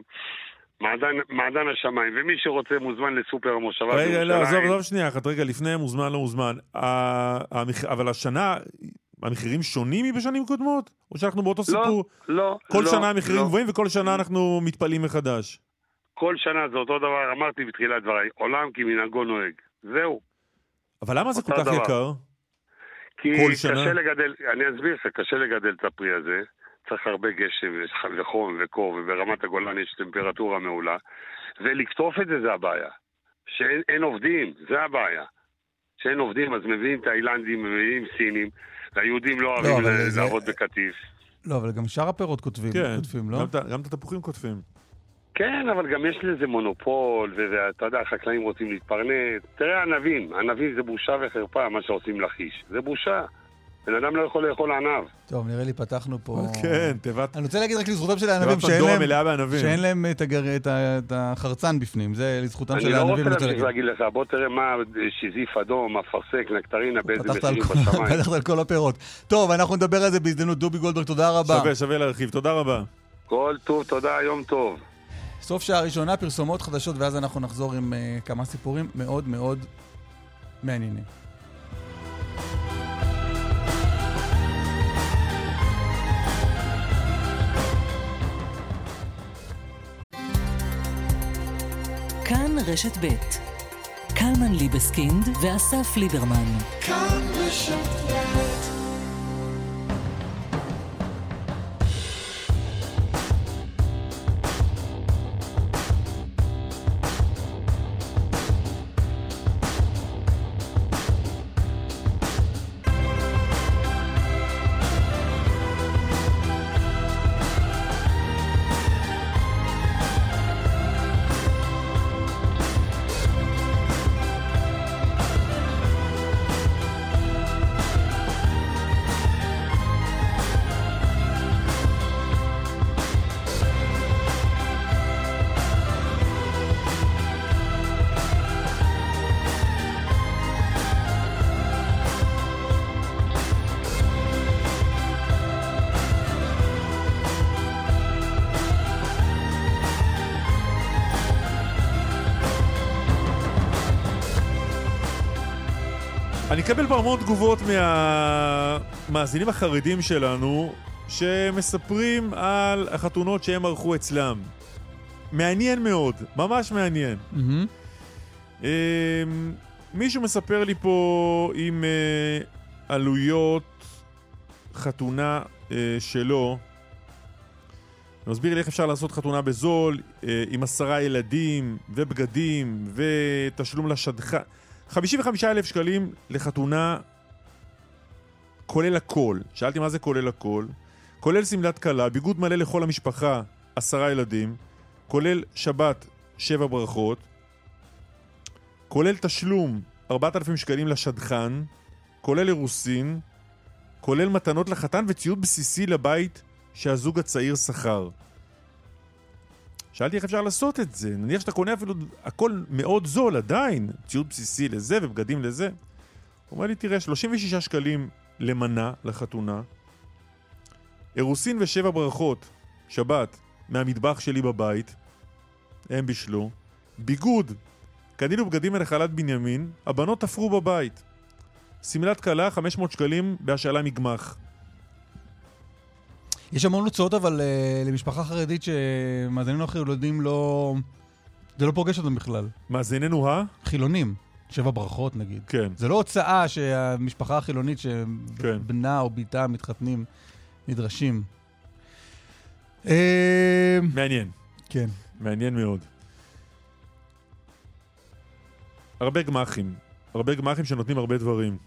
מעדן השמיים, ומי שרוצה מוזמן לסופר המושבה. רגע, לא, עזוב שנייה אחת, רגע, לפני מוזמן, לא מוזמן. אבל השנה, המחירים שונים מבשנים קודמות? או שאנחנו באותו סיפור? לא. כל שנה המחירים גבוהים וכל שנה אנחנו מתפעלים מחדש. כל שנה זה אותו דבר, אמרתי בתחילת דבריי, עולם כמנהגו נוהג. זהו. אבל למה זה כל כך יקר? כי קשה לגדל, אני אסביר לך, קשה לגדל את הפרי הזה. צריך הרבה גשם וחום וקור, וברמת הגולן יש טמפרטורה מעולה, ולקטוף את זה הבעיה. שאין עובדים, זה הבעיה. שאין עובדים, אז מביאים תאילנדים, מביאים סינים, והיהודים לא אוהבים לעבוד בקטיף. לא, אבל גם שאר הפירות כותבים, לא? גם את התפוחים כותבים. כן, אבל גם יש לזה מונופול, ואתה יודע, החקלאים רוצים להתפרנס. תראה, ענבים זה בושה וחרפה, מה שעושים לחיש. זה בושה. בן אדם לא יכול לאכול ענב. טוב, נראה לי פתחנו פה... כן, תיבת... אני רוצה להגיד רק לזכותם של הענבים, שאין להם את החרצן בפנים, זה לזכותם של הענבים. אני לא רוצה להגיד לך, בוא תראה מה שיזיף אדום, אפרסק, נקטרינה, באיזה מחירים בשמיים. פתחת על כל הפירות. טוב, אנחנו נדבר על זה בהזדמנות. דובי גולדברג, תודה רבה. שווה להרחיב, תודה רבה. כל טוב, תודה, יום טוב. סוף שעה ראשונה, פרסומות חדשות, ואז אנחנו נחזור עם כמה סיפורים מאוד מאוד מעניינים. כאן רשת ב' קלמן ליבסקינד ואסף ליברמן. כאן רשת ב'. אני אקבל בהמון תגובות מהמאזינים החרדים שלנו שמספרים על החתונות שהם ערכו אצלם. מעניין מאוד, ממש מעניין. מישהו מספר לי פה עם עלויות חתונה שלו. מסביר לי איך אפשר לעשות חתונה בזול עם 10 ילדים ובגדים ותשלום לשדכן. 55,000 שקלים לחתונה כולל הכל. שאלתי מה זה כולל הכל. כולל סמלת קלה, ביגוד מלא לכל המשפחה, 10 ילדים, כולל שבת 7 ברכות, כולל תשלום 4,000 שקלים לשדכן, כולל אירוסין, כולל מתנות לחתן וציוד בסיסי לבית שהזוג הצעיר שכר. שאלתי איך אפשר לעשות את זה. נניח שאתה קונה אפילו הכל מאוד זול עדיין, ציוד בסיסי לזה ובגדים לזה. הוא אומר לי, תראה, 36 שקלים למנה לחתונה, אירוסין ו7 ברכות, שבת, מהמטבח שלי בבית, הם בישלו, ביגוד, קנינו בגדים מנחלת בנימין, הבנות תפרו בבית. סמלת קלה, 500 שקלים בהשאלה מגמח. יש המון הוצאות, אבל למשפחה חרדית שמאזיננו החילונים לא... זה לא פוגש אותם בכלל. מאזיננו חילונים. 7 ברכות נגיד. כן. זה לא הוצאה שהמשפחה החילונית שבנה או ביתה מתחתנים נדרשים. מעניין. כן. מעניין מאוד. הרבה גמחים שנותנים הרבה דברים.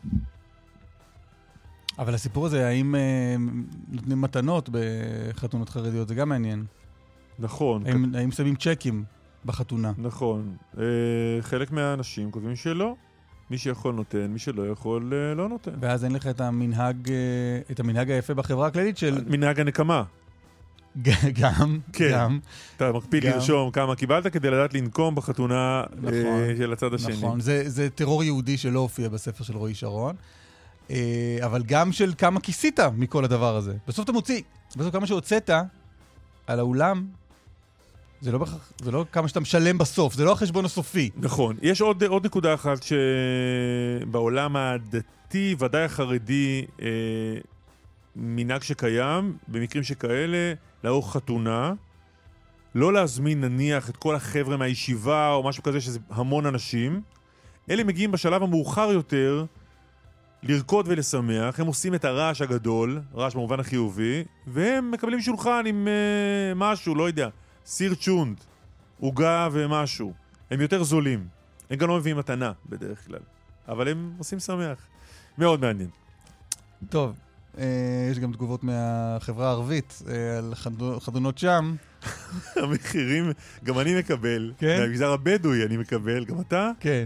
אבל הסיפור הזה, האם נותנים מתנות בחתונות חרדיות, זה גם מעניין. נכון. האם שמים צ'קים בחתונה? נכון. חלק מהאנשים קובעים שלא. מי שיכול נותן, מי שלא יכול לא נותן. ואז אין לך את המנהג היפה בחברה הכללית של... מנהג הנקמה. גם. אתה מקפיד לרשום כמה קיבלת כדי לדעת לנקום בחתונה של הצד השני. נכון, זה טרור יהודי שלא הופיע בספר של רועי שרון. אבל גם של כמה כיסית מכל הדבר הזה. בסוף אתה מוציא. בסוף כמה שהוצאת על האולם, זה לא כמה שאתה משלם בסוף, זה לא החשבון הסופי. נכון. יש עוד נקודה אחת שבעולם הדתי, ודאי החרדי, מנהג שקיים, במקרים שכאלה, לערוך חתונה, לא להזמין נניח את כל החבר'ה מהישיבה או משהו כזה שזה המון אנשים. אלה מגיעים בשלב המאוחר יותר לרקוד ולשמח, הם עושים את הרעש הגדול, רעש במובן החיובי, והם מקבלים שולחן עם משהו, לא יודע, סיר צ'ונד, עוגה ומשהו. הם יותר זולים. הם גם לא מביאים מתנה בדרך כלל, אבל הם עושים שמח. מאוד מעניין. טוב, יש גם תגובות מהחברה הערבית על חתונות שם. המחירים, גם אני מקבל. כן? מהמגזר הבדואי אני מקבל, גם אתה? כן.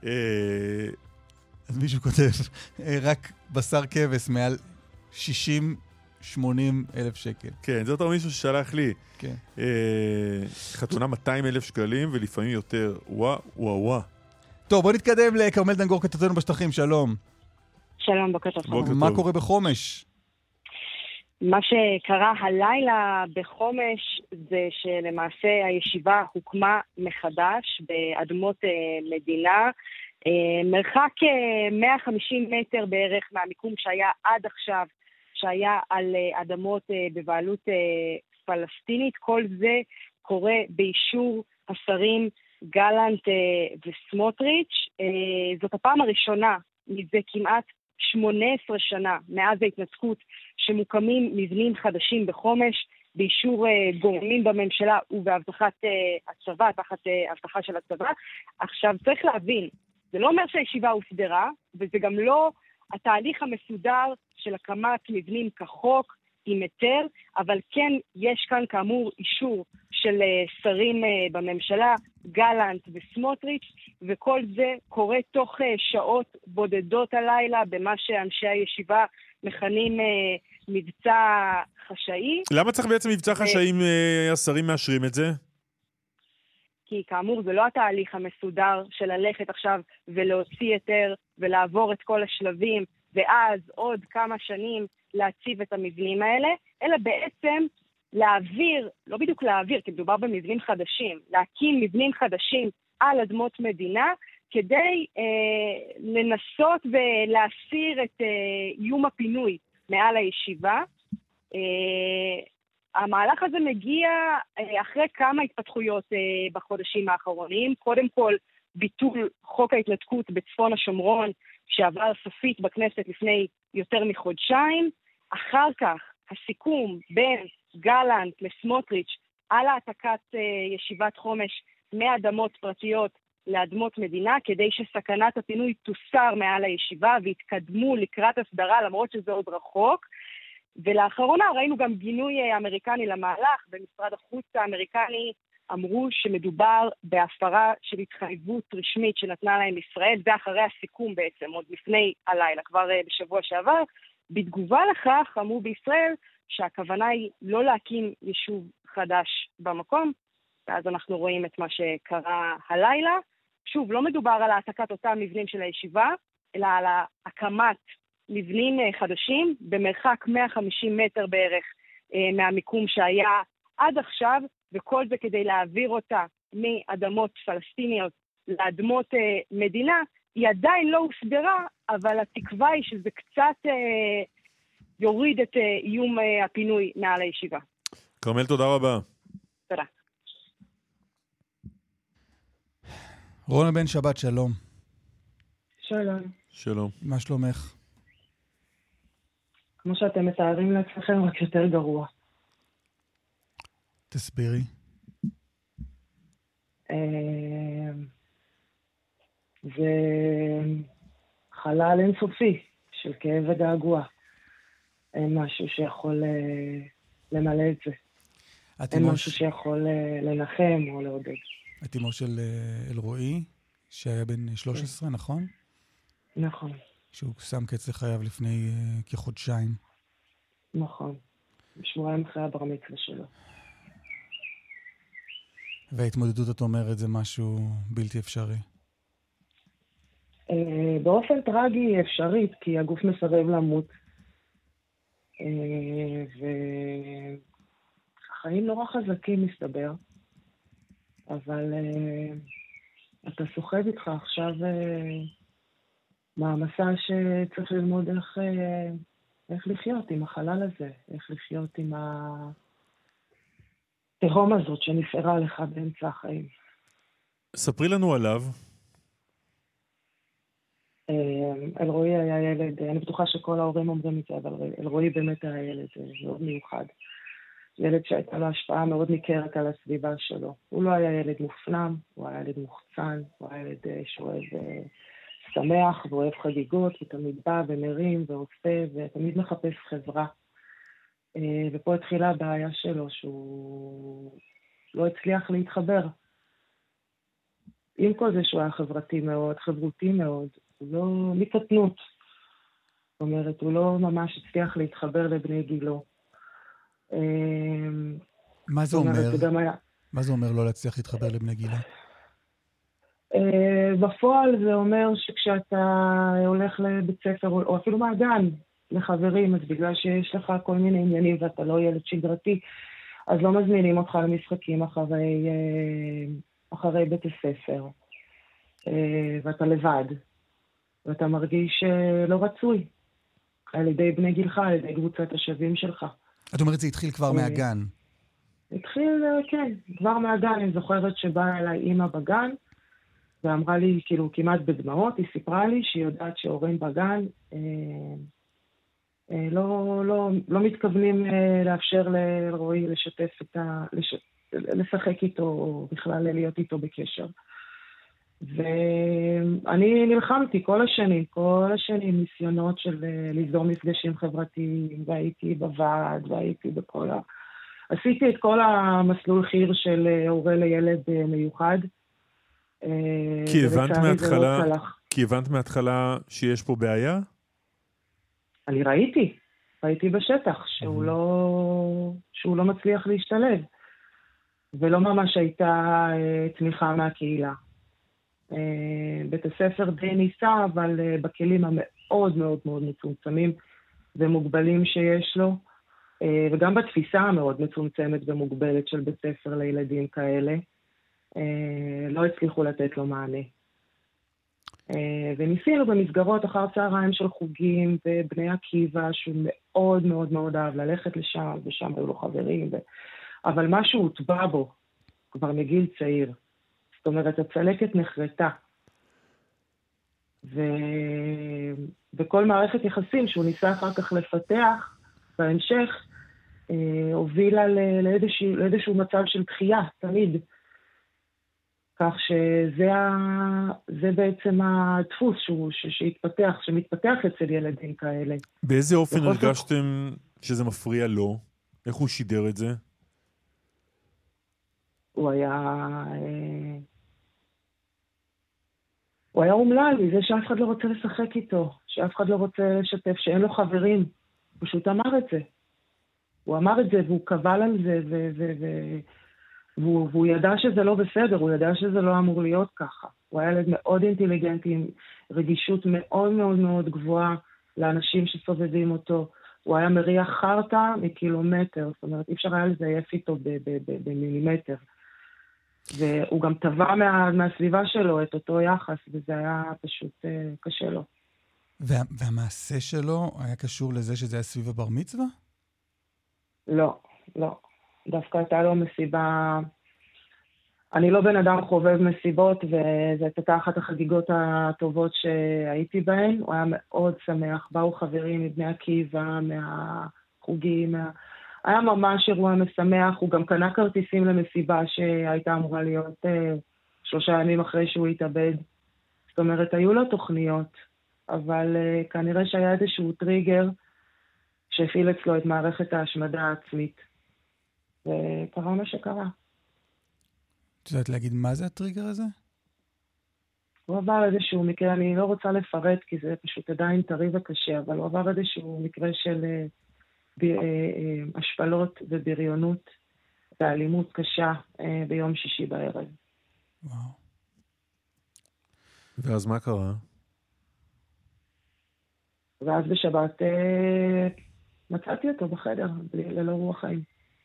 אז מישהו כותב, רק בשר כבש מעל 60-80 אלף שקל. כן, זה אותו מישהו ששלח לי. כן. חתונה 200,000 שקלים ולפעמים יותר. וואו. טוב, בוא נתקדם לכרמל דנגור כתבתנו בשטחים, שלום. שלום, בוקר טוב. מה קורה בחומש? מה שקרה הלילה בחומש זה שלמעשה הישיבה הוקמה מחדש באדמות מדינה, מרחק 150 מטר בערך מהמיקום שהיה עד עכשיו, שהיה על אדמות בבעלות פלסטינית. כל זה קורה באישור השרים גלנט וסמוטריץ'. זאת הפעם הראשונה מזה כמעט 18 שנה מאז ההתנתקות שמוקמים מבנים חדשים בחומש באישור גורמים בממשלה ובהבטחת הצבא, תחת הבטחה של הצבא. עכשיו צריך להבין, זה לא אומר שהישיבה הוסדרה, וזה גם לא התהליך המסודר של הקמת מבנים כחוק עם היתר, אבל כן יש כאן כאמור אישור של שרים בממשלה, גלנט וסמוטריץ', וכל זה קורה תוך שעות בודדות הלילה, במה שאנשי הישיבה מכנים מבצע חשאי. למה צריך בעצם מבצע חשאי אם השרים מאשרים את זה? כי כאמור זה לא התהליך המסודר של ללכת עכשיו ולהוציא היתר ולעבור את כל השלבים, ואז עוד כמה שנים להציב את המבנים האלה, אלא בעצם להעביר, לא בדיוק להעביר, כי מדובר במבנים חדשים, להקים מבנים חדשים על אדמות מדינה, כדי לנסות ולהסיר את איום הפינוי מעל הישיבה. המהלך הזה מגיע אחרי כמה התפתחויות בחודשים האחרונים. קודם כל, ביטול חוק ההתנתקות בצפון השומרון, שעבר סופית בכנסת לפני יותר מחודשיים. אחר כך, הסיכום בין גלנט לסמוטריץ' על העתקת ישיבת חומש מאדמות פרטיות לאדמות מדינה, כדי שסכנת הפינוי תוסר מעל הישיבה והתקדמו לקראת הסדרה, למרות שזה עוד רחוק. ולאחרונה ראינו גם גינוי אמריקני למהלך. במשרד החוץ האמריקני אמרו שמדובר בהפרה של התחייבות רשמית שנתנה להם ישראל, זה אחרי הסיכום בעצם, עוד לפני הלילה, כבר בשבוע שעבר. בתגובה לכך אמרו בישראל שהכוונה היא לא להקים יישוב חדש במקום, ואז אנחנו רואים את מה שקרה הלילה. שוב, לא מדובר על העתקת אותם מבנים של הישיבה, אלא על הקמת מבנים חדשים במרחק 150 מטר בערך מהמיקום שהיה עד עכשיו, וכל זה כדי להעביר אותה מאדמות פלסטיניות לאדמות מדינה. היא עדיין לא הוסדרה, אבל התקווה היא שזה קצת יוריד את איום הפינוי מעל הישיבה. כרמל, תודה רבה. תודה. רונה בן שבת, שלום. שלום. שלום. מה שלומך? כמו שאתם מתארים לעצמכם, רק יותר גרוע. תסבירי. זה חלל אינסופי של כאב וגעגוע. אין משהו שיכול למלא את זה. אין משהו שיכול לנחם או לעודד. את אמו של אלרועי, שהיה בן 13, נכון? נכון. שהוא שם קץ לחייו לפני כחודשיים. נכון. שבועיים אחרי הבר מצווה שלו. וההתמודדות, את אומרת, זה משהו בלתי אפשרי. באופן טרגי אפשרית, כי הגוף מסרב למות. והחיים נורא חזקים מסתבר, אבל אתה סוחב איתך עכשיו מהמסע שצריך ללמוד איך לחיות עם החלל הזה, איך לחיות עם התהום הזאת שנפערה לך באמצע החיים. ספרי לנו עליו. אלרועי היה ילד, אני בטוחה שכל ההורים אומרים את זה, אבל אלרועי באמת היה ילד מאוד מיוחד. ילד שהייתה לו השפעה מאוד ניכרת על הסביבה שלו. הוא לא היה ילד מופנם, הוא היה ילד מוחצן, הוא היה ילד שאוהב שמח ואוהב חגיגות, ותמיד בא ומרים ועושה ותמיד מחפש חברה. ופה התחילה הבעיה שלו שהוא לא הצליח להתחבר. עם כל זה שהוא היה חברתי מאוד, חברותי מאוד, הוא לא מקטנות. זאת אומרת, הוא לא ממש הצליח להתחבר לבני גילו. מה זה אומר? מה זה אומר לא להצליח להתחבר לבני גילה? בפועל זה אומר שכשאתה הולך לבית ספר, או אפילו מהגן, לחברים, אז בגלל שיש לך כל מיני עניינים ואתה לא ילד שגרתי, אז לא מזמינים אותך למשחקים אחרי בית הספר. ואתה לבד. ואתה מרגיש לא רצוי. על ידי בני גילך, על ידי קבוצת השווים שלך. את אומרת, זה התחיל כבר מהגן. התחיל, כן, כבר מהגן. אני זוכרת שבאה אליי אמא בגן, ואמרה לי, כאילו, כמעט בדמעות, היא סיפרה לי שהיא יודעת שהורים בגן לא מתכוונים לאפשר לאלרועי לשתף לשחק איתו, או בכלל להיות איתו בקשר. ואני נלחמתי כל השנים ניסיונות של ליזום מפגשים חברתיים, והייתי בוועד, והייתי עשיתי את כל המסלול חיר של הורה לילד מיוחד. כי הבנת מההתחלה שיש פה בעיה? אני ראיתי בשטח שהוא לא מצליח להשתלב, ולא ממש הייתה תמיכה מהקהילה. בית הספר די ניסה, אבל בכלים המאוד מאוד מאוד מצומצמים ומוגבלים שיש לו, וגם בתפיסה המאוד מצומצמת ומוגבלת של בית ספר לילדים כאלה, לא הצליחו לתת לו מענה. וניסינו במסגרות אחר צהריים של חוגים ובני עקיבא, שהוא מאוד מאוד מאוד אהב ללכת לשם, ושם היו לו חברים, אבל משהו הוטבע בו כבר מגיל צעיר. זאת אומרת, הצלקת נחרטה. וכל מערכת יחסים שהוא ניסה אחר כך לפתח, בהמשך, הובילה לאיזשהו מצב של דחייה, תמיד. כך שזה בעצם הדפוס שמתפתח אצל ילדים כאלה. באיזה אופן הרגשתם שזה מפריע לו? איך הוא שידר את זה? הוא היה אומלל מזה שאף אחד לא רוצה לשחק איתו, שאף אחד לא רוצה לשתף, שאין לו חברים. הוא פשוט אמר את זה. הוא אמר את זה והוא קבל על זה, והוא ידע שזה לא בסדר, הוא ידע שזה לא אמור להיות ככה. הוא היה ילד מאוד אינטליגנטי, עם רגישות מאוד מאוד מאוד גבוהה לאנשים שסובבים אותו. הוא היה מריח חרטה מקילומטר, זאת אומרת, אי אפשר היה לזייף איתו במילימטר. והוא גם טבע מהסביבה שלו את אותו יחס, וזה היה פשוט קשה לו. והמעשה שלו היה קשור לזה שזה היה סביב הבר מצווה? לא. דווקא הייתה לו מסיבה... אני לא בן אדם חובב מסיבות, וזו הייתה אחת החגיגות הטובות שהייתי בהן. הוא היה מאוד שמח, באו חברים מבני עקיבא, מהחוגים, היה ממש אירוע משמח. הוא גם קנה כרטיסים למסיבה שהייתה אמורה להיות 3 ימים אחרי שהוא התאבד. זאת זאת אומרת, היו לו תוכניות, אבל כנראה שהיה איזשהו טריגר שהפעיל אצלו את מערכת ההשמדה העצמית. וקרה מה שקרה. את יודעת להגיד מה זה הטריגר הזה? הוא עבר איזשהו מקרה, אני לא רוצה לפרט כי זה פשוט עדיין טרי וקשה, אבל הוא עבר איזשהו מקרה של השפלות ובריונות ואלימות קשה ביום שישי בערב. וואו. ואז מה קרה? ואז בשבת מצאתי אותו בחדר, ללא רוח חיים.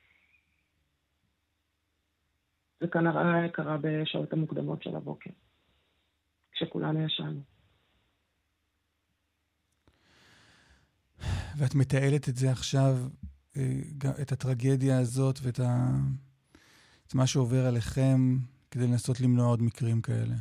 זה כנראה קרה בשעות המוקדמות של הבוקר, כשכולנו ישנו. ואת מתעלת את זה עכשיו, את הטרגדיה הזאת ואת את מה שעובר עליכם, כדי לנסות למנוע עוד מקרים כאלה.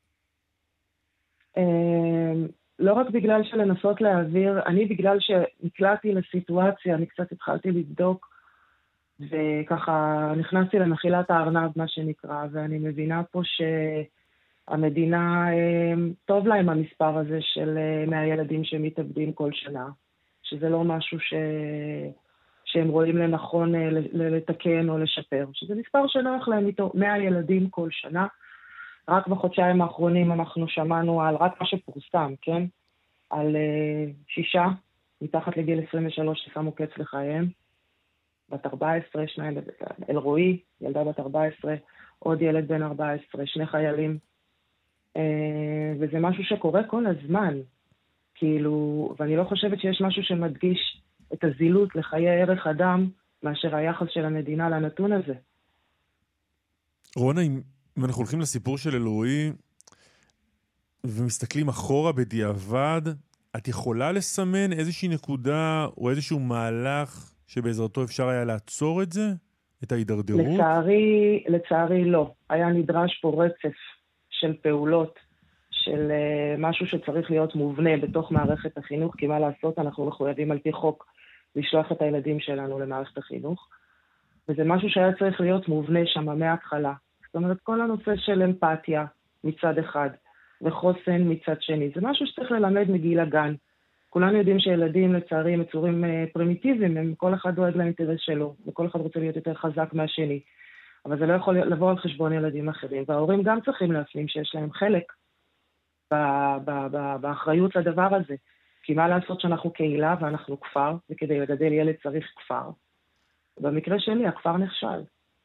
לא רק בגלל שלנסות להעביר, אני בגלל שנקלעתי לסיטואציה, אני קצת התחלתי לבדוק, וככה נכנסתי לנחילת הארנב, מה שנקרא, ואני מבינה פה שהמדינה, טוב להם המספר הזה של 100 ילדים שמתאבדים כל שנה, שזה לא משהו שהם רואים לנכון לתקן או לשפר, שזה מספר שנוח להם איתו, 100 ילדים כל שנה. רק בחודשיים האחרונים אנחנו שמענו על רק מה שפורסם, כן? על 6 מתחת לגיל 23 ששמו קץ לחייהם. בת 14, שניים, אלרועי, ילדה בת 14, עוד ילד בן 14, 2 חיילים. וזה משהו שקורה כל הזמן. כאילו, ואני לא חושבת שיש משהו שמדגיש את הזילות לחיי ערך אדם, מאשר היחס של המדינה לנתון הזה. רונה, אם אנחנו הולכים לסיפור של אלרועי, ומסתכלים אחורה בדיעבד, את יכולה לסמן איזושהי נקודה, או איזשהו מהלך, שבעזרתו אפשר היה לעצור את זה? את ההידרדרות? לצערי לא. היה נדרש פה רצף של פעולות, של משהו שצריך להיות מובנה בתוך מערכת החינוך, כי מה לעשות, אנחנו מחויבים על פי חוק לשלוח את הילדים שלנו למערכת החינוך, וזה משהו שהיה צריך להיות מובנה שם מההתחלה. זאת אומרת, כל הנושא של אמפתיה מצד אחד, וחוסן מצד שני, זה משהו שצריך ללמד מגיל הגן. כולנו יודעים שילדים לצערי מצורים פרימיטיביים, כל אחד דואג לאינטרס שלו, וכל אחד רוצה להיות יותר חזק מהשני. אבל זה לא יכול לבוא על חשבון ילדים אחרים, וההורים גם צריכים להפנים שיש להם חלק באחריות לדבר הזה. כי מה לעשות שאנחנו קהילה ואנחנו כפר, וכדי לגדל ילד צריך כפר. במקרה שלי, הכפר נכשל.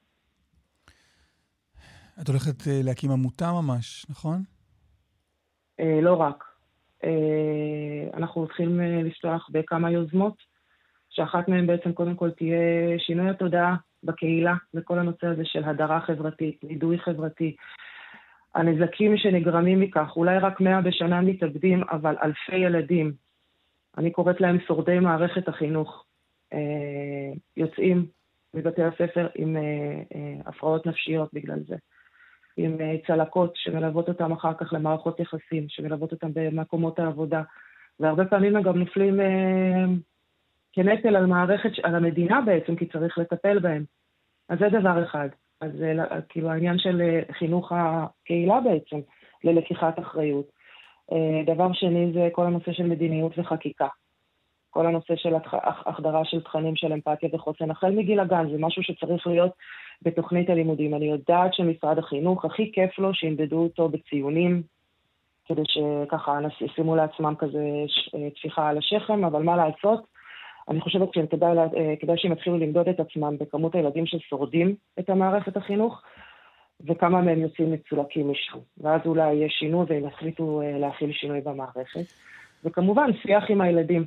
את הולכת להקים עמותה ממש, נכון? לא רק. אנחנו הולכים לפתוח בכמה יוזמות, שאחת מהן בעצם קודם כל תהיה שינוי התודעה בקהילה, לכל הנושא הזה של הדרה חברתית, נידוי חברתי, הנזקים שנגרמים מכך, אולי רק 100 בשנה מתאבדים, אבל אלפי ילדים, אני קוראת להם שורדי מערכת החינוך, יוצאים מבתי הספר עם הפרעות נפשיות בגלל זה, עם צלקות שמלוות אותם אחר כך למערכות יחסים, שמלוות אותם במקומות העבודה, והרבה פעמים הם גם נופלים כנטל על מערכת, על המדינה בעצם, כי צריך לטפל בהם. אז זה דבר אחד. אז כאילו העניין של חינוך הקהילה בעצם, ללקיחת אחריות. דבר שני זה כל הנושא של מדיניות וחקיקה. כל הנושא של החדרה של תכנים של אמפתיה וחוסן. החל מגיל הגן, זה משהו שצריך להיות בתוכנית הלימודים. אני יודעת שמשרד החינוך, הכי כיף לו שימדדו אותו בציונים, כדי שככה ישימו לעצמם כזה תפיחה על השכם, אבל מה לעשות? אני חושבת שכדאי שהם יתחילו למדוד את עצמם בכמות הילדים ששורדים את המערכת החינוך, וכמה מהם יוצאים מצולקים משם. ואז אולי יהיה שינוי והם יחליטו להכיל שינוי במערכת. וכמובן, שיח עם הילדים.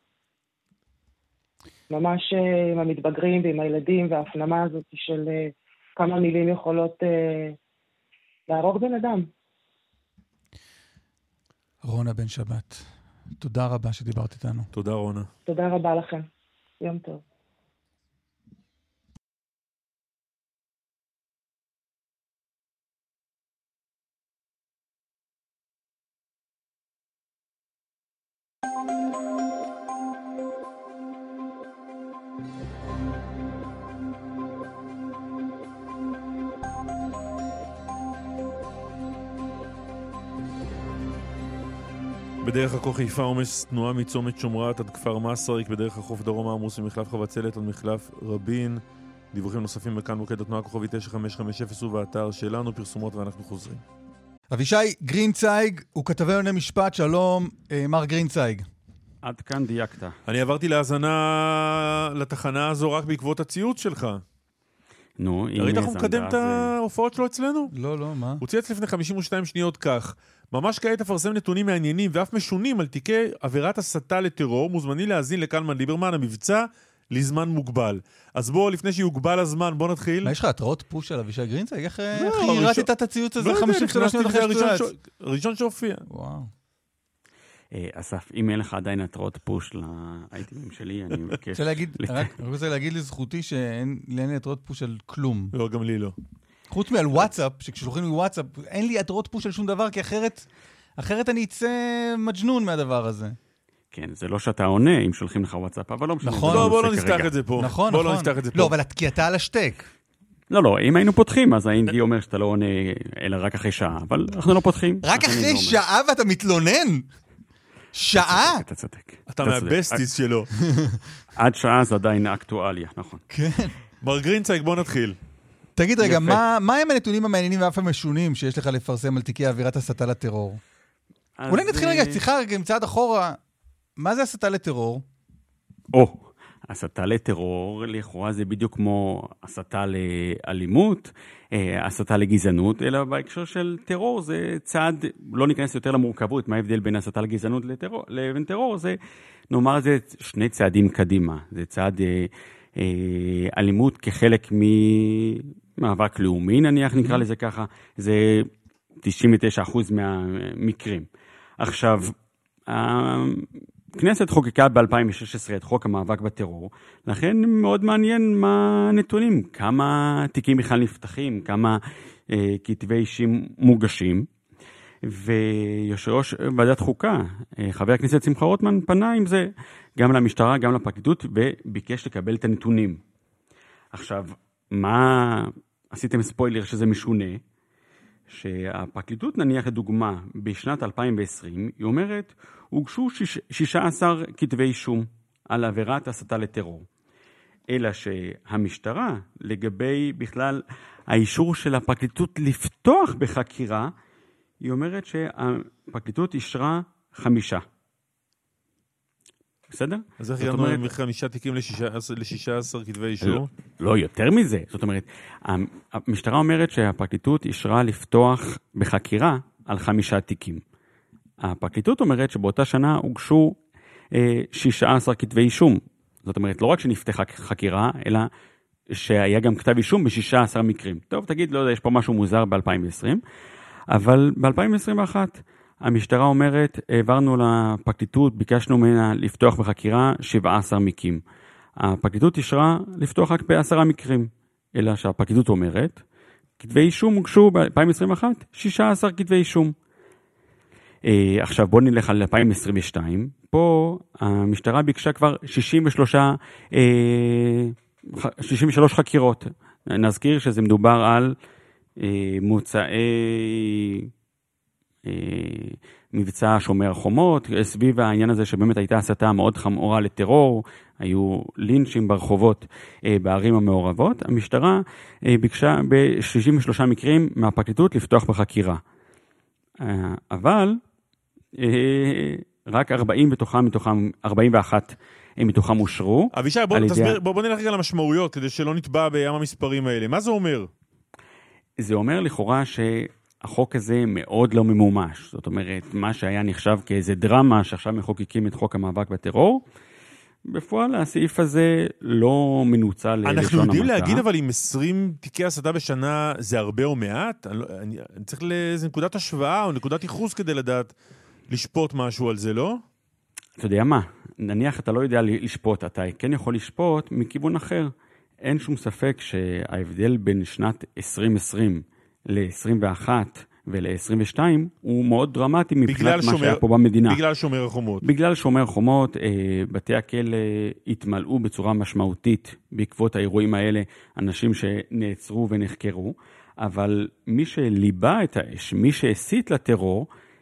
ממש עם המתבגרים ועם הילדים, וההפנמה הזאת של כמה מילים יכולות להרוג בן אדם. רונה בן שבת, תודה רבה שדיברת איתנו. תודה רונה. תודה רבה לכם. יום טוב. בדרך החוף חיפה עומס תנועה מצומת שומרת עד כפר מסריק, בדרך החוף דרום עמוס ממחלף חבצלת עד מחלף רבין. דיווחים נוספים בכאן מוקד התנועה כוכבי 9550 ובאתר שלנו, פרסומות ואנחנו חוזרים. אבישי גרינצייג הוא כתבי ענייני משפט. שלום, מר גרינצייג. עד כאן דייקת. אני עברתי להאזנה לתחנה הזו רק בעקבות הציוץ שלך. נו, ראית איך הוא מקדם את ההופעות שלו אצלנו? לא, מה? הוא צייץ לפני 52 שניות כך: ממש כעת אפרסם נתונים מעניינים ואף משונים על תיקי עבירת הסתה לטרור. מוזמני להאזין לקלמן ליברמן, המבצע לזמן מוגבל. אז בוא, לפני שיוגבל הזמן, בוא נתחיל. מה יש לך, התראות פוש על אבישי גרינצייג? איך ירדת את הציוץ הזה 53 שניות אחרי שצויץ? הראשון שהופיע. וואו. אסף, אם אין לך עדיין התראות פוש לאייטמים שלי, אני מבקש... אני רוצה להגיד לזכותי שאין לי התראות פוש על כלום. לא, גם לי לא. חוץ מעל וואטסאפ, שכששולחים לי וואטסאפ, אין לי התראות פוש על שום דבר, כי אחרת אני אצא מג'נון מהדבר הזה. כן, זה לא שאתה עונה אם שולחים לך וואטסאפ, אבל לא משנה. נכון. בוא לא נפתח את זה פה. נכון. בוא לא נפתח את זה פה. לא, אבל כי אתה על השטק. לא, אם היינו פותחים, אז האינגי אומר שאתה לא עונה, אלא רק אחרי שעה, אבל אנחנו לא פותחים. רק אחרי שעה ואתה מתלונן? שעה? אתה צודק. אתה מהבסטיס שלו. עד שעה זה עדיין אקטואליה, נכון. כן. מר גרינצייג, בוא נתחיל. תגיד רגע, מה הם הנתונים המעניינים ואף המשונים שיש לך לפרסם על תיקי עבירת הסתה לטרור? אולי נתחיל רגע, צריכה רגע עם צעד אחורה, מה זה הסתה לטרור? הסתה לטרור, לכאורה זה בדיוק כמו הסתה לאלימות, הסתה לגזענות, אלא בהקשר של טרור זה צעד, לא ניכנס יותר למורכבות, מה ההבדל בין הסתה לגזענות לבין טרור, זה, נאמר, זה שני צעדים קדימה, זה צעד אלימות כחלק ממאבק לאומי, נניח נקרא לזה ככה, זה 99% מהמקרים. עכשיו, הכנסת חוקקה ב-2016 את חוק המאבק בטרור, לכן מאוד מעניין מה הנתונים, כמה תיקים בכלל נפתחים, כמה כתבי אישים מוגשים, ויושב-ראש ועדת חוקה, חבר הכנסת שמחה רוטמן, פנה עם זה גם למשטרה, גם לפרקליטות, וביקש לקבל את הנתונים. עכשיו, מה עשיתם ספוילר שזה משונה? שהפרקליטות נניח לדוגמה בשנת 2020, היא אומרת, הוגשו 16 כתבי אישום על עבירת הסתה לטרור. אלא שהמשטרה, לגבי בכלל האישור של הפרקליטות לפתוח בחקירה, היא אומרת שהפרקליטות אישרה 5. בסדר? אז איך ירנו מ5 תיקים ל16 כתבי אישום? לא, יותר מזה. זאת אומרת, המשטרה אומרת שהפרקליטות אישרה לפתוח בחקירה על 5 תיקים. הפרקליטות אומרת שבאותה שנה הוגשו 16 כתבי אישום. זאת אומרת, לא רק שנפתחה חקירה, אלא שהיה גם כתב אישום ב16 מקרים. טוב, תגיד, לא יודע, יש פה משהו מוזר ב-2020, אבל ב-2021 המשטרה אומרת, העברנו לפרקליטות, ביקשנו ממנה לפתוח בחקירה 17 מקרים. הפרקליטות אישרה לפתוח רק ב10 מקרים, אלא שהפרקליטות אומרת, כתבי אישום הוגשו ב-2021, 16 כתבי אישום. עכשיו בוא נלך על 2022, פה המשטרה ביקשה כבר 63 חקירות. נזכיר שזה מדובר על מוצאי מבצע שומר חומות, סביב העניין הזה שבאמת הייתה הסתה מאוד חמורה לטרור, היו לינצ'ים ברחובות בערים המעורבות. המשטרה ביקשה ב-63 מקרים מהפרקליטות לפתוח בחקירה. אבל רק 41 מתוכם אושרו. אבישי, בוא נלך רגע למשמעויות, כדי שלא נטבע בים המספרים האלה. מה זה אומר? זה אומר לכאורה שהחוק הזה מאוד לא ממומש. זאת אומרת, מה שהיה נחשב כאיזה דרמה, שעכשיו מחוקקים את חוק המאבק בטרור, בפועל הסעיף הזה לא מנוצל לשון המעטה. אנחנו יודעים להגיד, אבל עם 20 תיקי הסתה בשנה זה הרבה או מעט? אני צריך לאיזו נקודת השוואה או נקודת ייחוס כדי לדעת לשפוט משהו על זה, לא? אתה יודע מה? נניח אתה לא יודע לשפוט, אתה כן יכול לשפוט מכיוון אחר. אין שום ספק שההבדל בין שנת 2020 ל-21 ול-22 הוא מאוד דרמטי מבחינת מה שהיה פה במדינה. בגלל שומר החומות. בגלל שומר החומות, בתי הכלא התמלאו בצורה משמעותית בעקבות האירועים האלה, אנשים שנעצרו ונחקרו, אבל מי שליבה את האש, מי שהסית לטרור,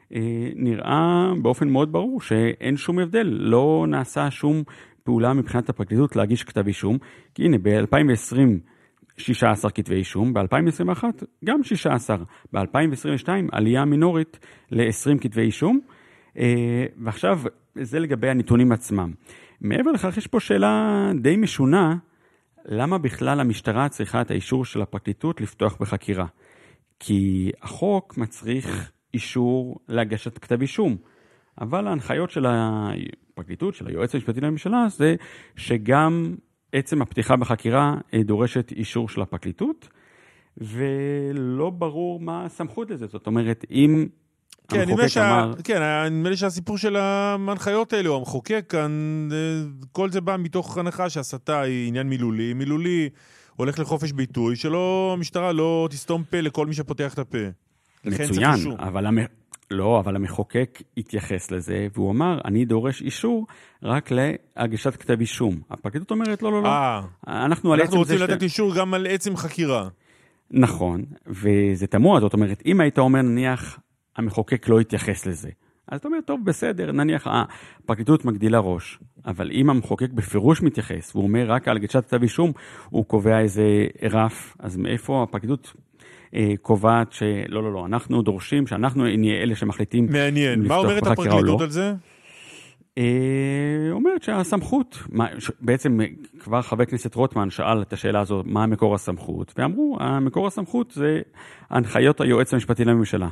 נראה באופן מאוד ברור שאין שום הבדל, לא נעשה שום פעולה מבחינת הפרקליטות להגיש כתב אישום, כי הנה ב-2020 16 כתבי אישום, ב-2021 גם 16, ב-2022 עלייה מינורית ל-20 כתבי אישום, ועכשיו זה לגבי הנתונים עצמם. מעבר לכך יש פה שאלה די משונה, למה בכלל המשטרה צריכה את האישור של הפרקליטות לפתוח בחקירה? כי החוק מצריך אישור להגשת כתב אישום, אבל ההנחיות של הפרקליטות, של היועץ המשפטי לממשלה, זה שגם עצם הפתיחה בחקירה דורשת אישור של הפרקליטות, ולא ברור מה הסמכות לזה. זאת אומרת, אם המחוקק אמר... כן, נדמה לי שהסיפור של ההנחיות האלה, או המחוקק כאן, כל זה בא מתוך הנחה שהסתה היא עניין מילולי. מילולי הולך לחופש ביטוי, שלא המשטרה לא תסתום פה לכל מי שפותח את הפה. מצוין, אבל המחוקק התייחס לזה, והוא אמר, אני דורש אישור רק להגשת כתב אישום. הפרקליטות אומרת, לא. אנחנו רוצים לתת אישור גם על עצם חקירה. נכון, וזה תמוה, זאת אומרת, אם היית אומר, נניח, המחוקק לא יתייחס לזה. אז אתה אומר, טוב, בסדר, נניח, הפרקליטות מגדילה ראש, אבל אם המחוקק בפירוש מתייחס, והוא אומר רק על הגשת כתב אישום, הוא קובע איזה רף, אז מאיפה הפרקליטות קובעת שלא, אנחנו דורשים שאנחנו נהיה אלה שמחליטים מעניין, מה אומרת הפרקליטות על זה? אומרת שהסמכות, בעצם כבר חבר כנסת רוטמן שאל את השאלה הזו, מה מקור הסמכות, ואמרו, המקור הסמכות זה הנחיות היועץ המשפטי לממשלה.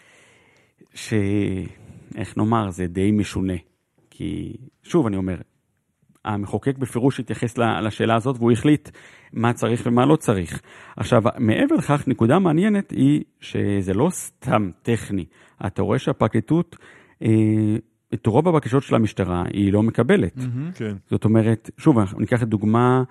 איך נאמר, זה די משונה. כי, שוב אני אומר, המחוקק בפירוש התייחס לשאלה הזאת, והוא החליט מה צריך ומה לא צריך. עכשיו, מעבר לכך, נקודה מעניינת היא שזה לא סתם טכני. אתה רואה שהפרקליטות, את רוב הבקשות של המשטרה, היא לא מקבלת. כן. זאת אומרת, שוב, ניקח את דוגמה,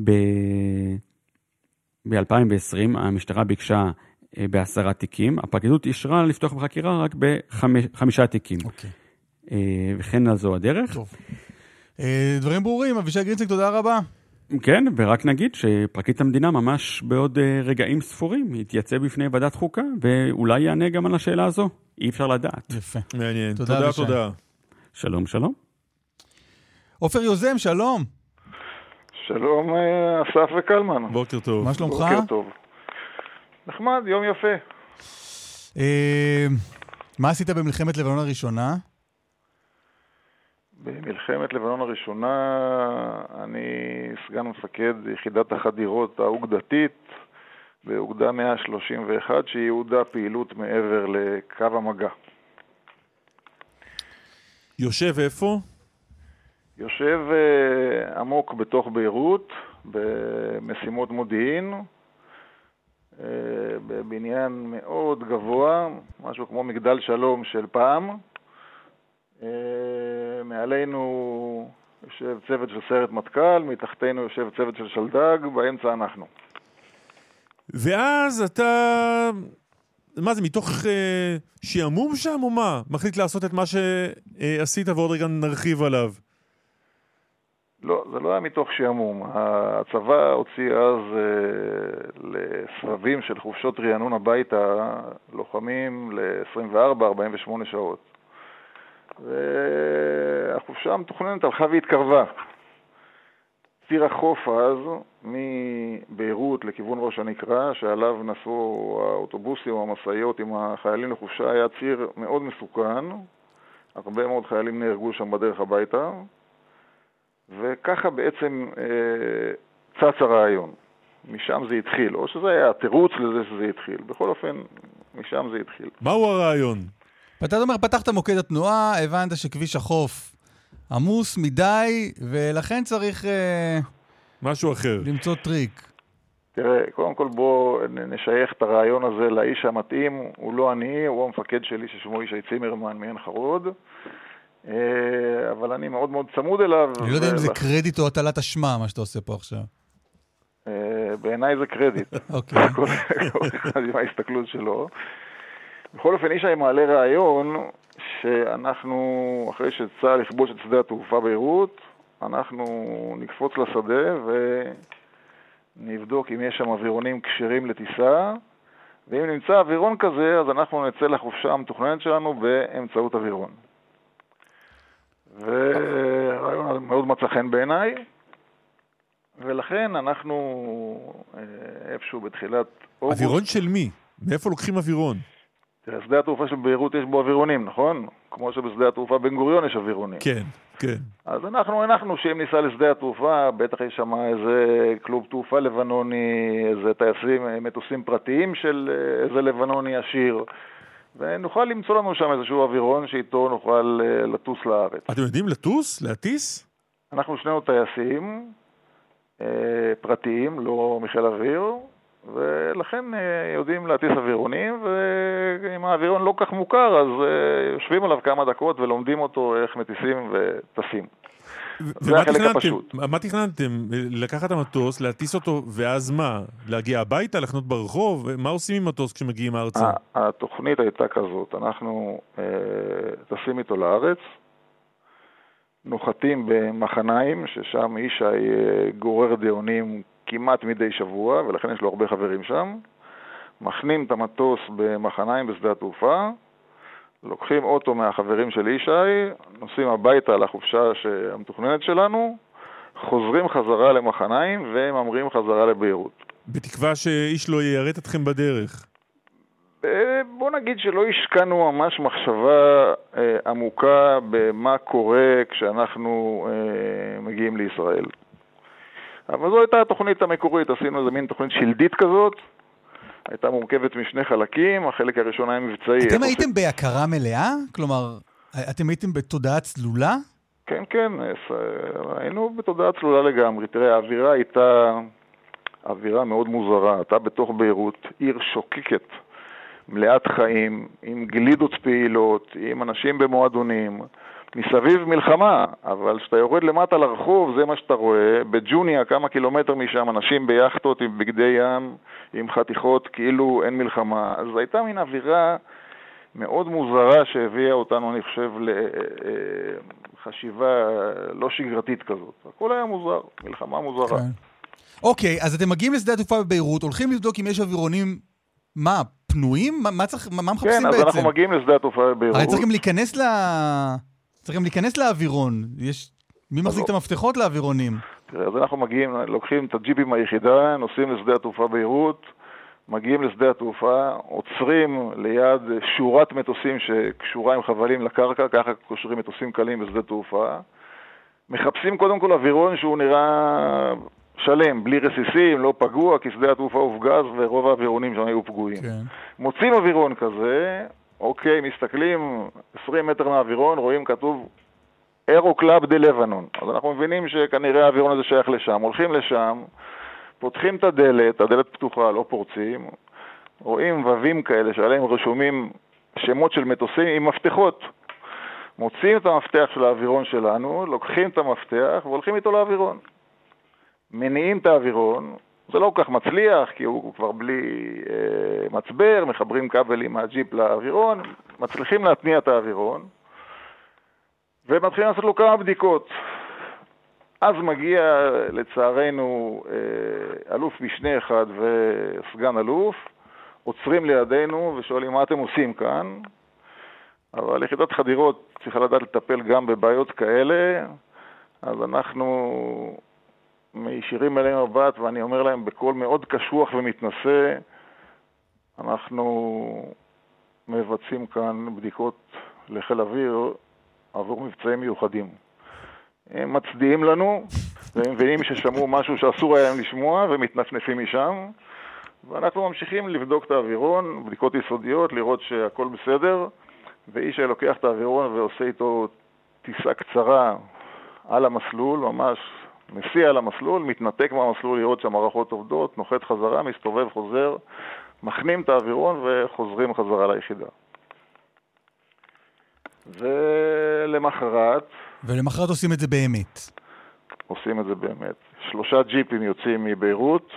ב-2020, המשטרה ביקשה ב10 תיקים, הפרקליטות אישרה לפתוח בחקירה רק ב5 תיקים. אוקיי. וכן על זו הדרך. טוב. דברים ברורים, אבישי גרינצייג, תודה רבה. כן, ורק נגיד שפרקליט המדינה ממש בעוד רגעים ספורים יתייצב בפני ועדת חוקה, ואולי יענה גם על השאלה הזו. אי אפשר לדעת. יפה. מעניין. תודה. שלום. עופר יוזם, שלום. שלום, אסף וקלמן. בוקר טוב. מה שלומך? בוקר טוב. נחמד, יום יפה. מה עשית במלחמת לבנון הראשונה? במלחמת לבנון הראשונה אני סגן מפקד יחידת החדירות האוגדתית באוגדה 131 שהיא יהודה פעילות מעבר לקו המגע. יושב איפה? יושב עמוק בתוך ביירות, במשימות מודיעין, בבניין מאוד גבוה, משהו כמו מגדל שלום של פעם. מעלינו יושב צוות של סיירת מטכ"ל, מתחתנו יושב צוות של שלדג, באמצע אנחנו. ואז אתה... מה זה, מתוך שיעמום שם או מה? מחליט לעשות את מה שעשית ועוד רגע נרחיב עליו. לא, זה לא היה מתוך שיעמום. הצבא הוציא אז לסבבים של חופשות רענון הביתה, לוחמים ל-24-48 שעות. והחופשה המתוכננת הלכה והתקרבה. ציר החוף אז, מביירות לכיוון ראש הנקרה, שעליו נסעו האוטובוסים או המסעיות עם החיילים לחופשה, היה ציר מאוד מסוכן. הרבה מאוד חיילים נהרגו שם בדרך הביתה. וככה בעצם צץ הרעיון. משם זה התחיל. או שזה היה התירוץ לזה שזה התחיל. בכל אופן, משם זה התחיל. מהו הרעיון? אתה אומר, פתחת מוקד התנועה, הבנת שכביש החוף עמוס מדי, ולכן צריך משהו אחר. למצוא טריק. תראה, קודם כל בוא נשייך את הרעיון הזה לאיש המתאים. הוא לא אני, הוא המפקד שלי ששמו ישי צימרמן מעין חרוד. אבל אני מאוד מאוד צמוד אליו. אני לא יודע אם זה קרדיט או הטלת אשמה, מה שאתה עושה פה עכשיו. בעיניי זה קרדיט. אוקיי. כל אחד עם ההסתכלות שלו. בכל אופן, איש מעלה רעיון שאנחנו, אחרי שצה"ל לכבוש את שדה התעופה ביירות, אנחנו נקפוץ לשדה ונבדוק אם יש שם אווירונים כשרים לטיסה, ואם נמצא אווירון כזה, אז אנחנו נצא לחופשה המתוכננת שלנו באמצעות אווירון. והרעיון מאוד מצא חן בעיניי, ולכן אנחנו איפשהו בתחילת אוגוסט... אווירון של מי? מאיפה לוקחים אווירון? תראה, שדה התעופה של ביירות יש בו אווירונים, נכון? כמו שבשדה התעופה בן גוריון יש אווירונים. כן, כן. אז אנחנו שאם ניסע לשדה התעופה, בטח יש שם איזה קלוב תעופה לבנוני, איזה טייסים, מטוסים פרטיים של איזה לבנוני עשיר, ונוכל למצוא לנו שם איזשהו אווירון שאיתו נוכל לטוס לארץ. אתם יודעים לטוס? להטיס? אנחנו שנינו טייסים פרטיים, לא מחיל אוויר, ולכן יודעים להטיס אווירונים, ואם האווירון לא כך מוכר, אז יושבים עליו כמה דקות ולומדים אותו איך מטיסים וטסים. זה החלק הפשוט. מה תכננתם? לקחת המטוס, להטיס אותו, ואז מה? להגיע הביתה, לחנות ברחוב? מה עושים עם מטוס כשמגיעים ארצה? התוכנית הייתה כזאת, אנחנו טסים איתו לארץ, נוחתים במחניים, ששם ישי גורר דיונים כמעט מדי שבוע, ולכן יש לו הרבה חברים שם. מכנים את המטוס במחניים בשדה התעופה, לוקחים אוטו מהחברים של ישי, נוסעים הביתה לחופשה המתוכננת שלנו, חוזרים חזרה למחניים וממריאים חזרה לביירות. בתקווה שאיש לא יירט אתכם בדרך. בוא נגיד שלא השקענו ממש מחשבה עמוקה במה קורה כשאנחנו מגיעים לישראל. אבל זו הייתה התוכנית המקורית, עשינו איזה מין תוכנית שלדית כזאת, הייתה מורכבת משני חלקים, החלק הראשון היה מבצעי. אתם הייתם בהכרה מלאה? כלומר, אתם הייתם בתודעה צלולה? כן, כן, היינו בתודעה צלולה לגמרי. תראה, האווירה הייתה אווירה מאוד מוזרה, אתה בתוך ביירות, עיר שוקקת, מלאת חיים, עם גלידות פעילות, עם אנשים במועדונים, מסביב מלחמה, אבל כשאתה יורד למטה לרחוב, זה מה שאתה רואה. בג'וניה, כמה קילומטר משם, אנשים ביחטות עם בגדי ים, עם חתיכות, כאילו אין מלחמה. אז הייתה מין אווירה מאוד מוזרה שהביאה אותנו, אני חושב, לחשיבה לא שגרתית כזאת. הכל היה מוזר, מלחמה מוזרה. אוקיי, אז אתם מגיעים לשדה התעופה בביירות, הולכים לבדוק אם יש אווירונים, מה, פנויים? מה מחפשים בעצם? כן, אז אנחנו מגיעים לשדה התעופה בביירות. הרי צריכים להיכנס לאווירון. מי מחזיק את המפתחות לאווירונים? תראה, אז אנחנו מגיעים, לוקחים את הג'יפים היחידה, נוסעים לשדה התעופה ביירות, מגיעים לשדה התעופה, עוצרים ליד שורת מטוסים שקשורה עם חבלים לקרקע, ככה קושרים מטוסים קלים בשדה תעופה, מחפשים קודם כל אווירון שהוא נראה שלם, בלי רסיסים, לא פגוע, כי שדה התעופה הופגז ורוב האווירונים שם היו פגועים. כן. מוצאים אווירון כזה, אוקיי, מסתכלים 20 מטר מהאווירון, רואים כתוב אירו קלאב דה לבנון. אז אנחנו מבינים שכנראה האווירון הזה שייך לשם. הולכים לשם, פותחים את הדלת, הדלת פתוחה, לא פורצים, רואים ווים כאלה שעליהם רשומים שמות של מטוסים עם מפתחות. מוצאים את המפתח של האווירון שלנו, לוקחים את המפתח והולכים איתו לאווירון. מניעים את האווירון, זה לא כל כך מצליח, כי הוא כבר בלי מצבר, מחברים כבלים מהג'יפ לאווירון, מצליחים להתניע את האווירון, ומתחילים לעשות לו כמה בדיקות. אז מגיע לצערנו אלוף משנה אחד וסגן אלוף, עוצרים לידינו ושואלים מה אתם עושים כאן, אבל יחידת חדירות צריכה לדעת לטפל גם בבעיות כאלה, אז אנחנו מישירים אליהם מבט, ואני אומר להם בקול מאוד קשוח ומתנשא, אנחנו מבצעים כאן בדיקות לחיל אוויר עבור מבצעים מיוחדים. הם מצדיעים לנו, והם מבינים ששמעו משהו שאסור היה להם לשמוע, ומתנפנפים משם, ואנחנו ממשיכים לבדוק את האווירון, בדיקות יסודיות, לראות שהכל בסדר, ואיש לוקח את האווירון ועושה איתו טיסה קצרה על המסלול, ממש מסיע על המסלול, מתנתק מהמסלול לראות שהמערכות עובדות, נוחת חזרה, מסתובב, חוזר, מכנים את האווירון וחוזרים חזרה ליחידה. ולמחרת עושים את זה באמת. עושים את זה באמת. 3 ג'יפים יוצאים מביירות,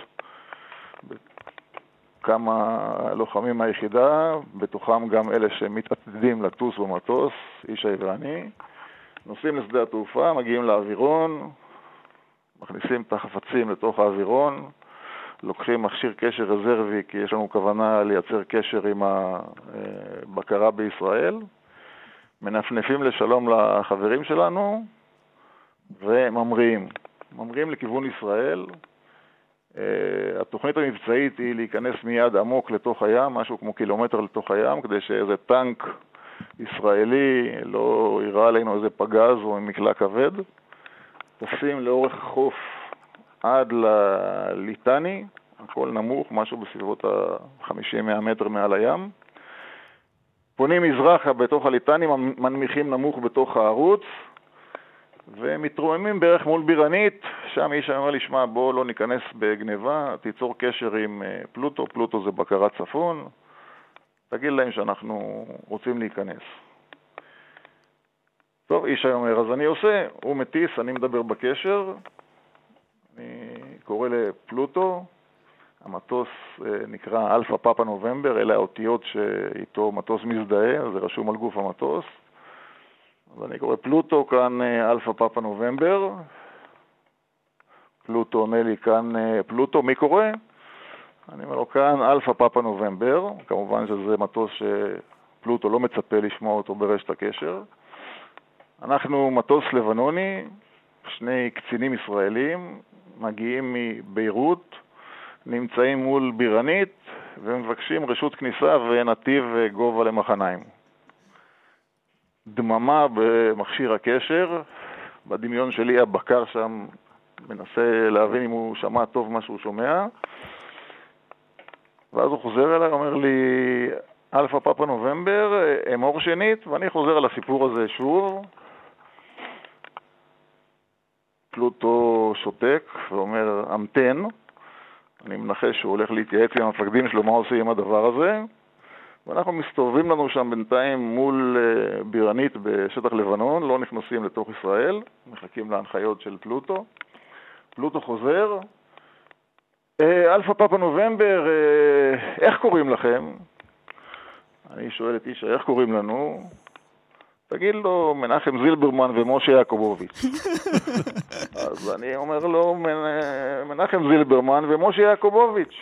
כמה לוחמים מהיחידה, בתוכם גם אלה שמתעתדים לטוס במטוס, איש ואני, נוסעים לשדה התעופה, מגיעים לאווירון, מכניסים את החפצים לתוך האווירון, לוקחים מכשיר קשר רזרבי, כי יש לנו כוונה לייצר קשר עם הבקרה בישראל, מנפנפים לשלום לחברים שלנו, וממריאים. ממריאים לכיוון ישראל. התוכנית המבצעית היא להיכנס מיד עמוק לתוך הים, משהו כמו קילומטר לתוך הים, כדי שאיזה טנק ישראלי לא יראה עלינו איזה פגז או מקלע כבד. טסים לאורך החוף עד לליטני, הכל נמוך, משהו בסביבות ה-50-100 מטר מעל הים. פונים מזרחה בתוך הליטני, מנמיכים נמוך בתוך הערוץ, ומתרוממים בערך מול בירנית. שם איש אומר לי, שמע, בוא לא ניכנס בגניבה, תיצור קשר עם פלוטו, פלוטו זה בקרת צפון, תגיד להם שאנחנו רוצים להיכנס. טוב, איש אומר, אז אני עושה, הוא מטיס, אני מדבר בקשר, אני קורא לפלוטו, המטוס נקרא אלפא פאפה נובמבר, אלה האותיות שאיתו מטוס מזדהה, זה רשום על גוף המטוס. אז אני קורא פלוטו, כאן אלפא פאפה נובמבר. פלוטו עונה לי, כאן פלוטו, מי קורא? אני אומר לו, כאן אלפא פאפה נובמבר. כמובן שזה מטוס שפלוטו לא מצפה לשמוע אותו ברשת הקשר. אנחנו מטוס לבנוני, שני קצינים ישראלים, מגיעים מביירות, נמצאים מול בירנית ומבקשים רשות כניסה ונתיב גובה למחניים. דממה במכשיר הקשר, בדמיון שלי הבקר שם מנסה להבין אם הוא שמע טוב מה שהוא שומע, ואז הוא חוזר אליי, אומר לי, אלפא פאפה נובמבר, אמור שנית, ואני חוזר על הסיפור הזה שוב. פלוטו שותק ואומר, אמתן. אני מנחש שהוא הולך להתייעץ עם המפקדים שלו מה עושים עם הדבר הזה, ואנחנו מסתובבים לנו שם בינתיים מול בירנית בשטח לבנון, לא נכנסים לתוך ישראל, מחכים להנחיות של פלוטו. פלוטו חוזר, אלפא פאפה נובמבר, איך קוראים לכם? אני שואל את אישה, איך קוראים לנו? תגיד לו, מנחם זילברמן ומשה יעקובוביץ'. אז אני אומר לו, מנחם זילברמן ומשה יעקובוביץ'.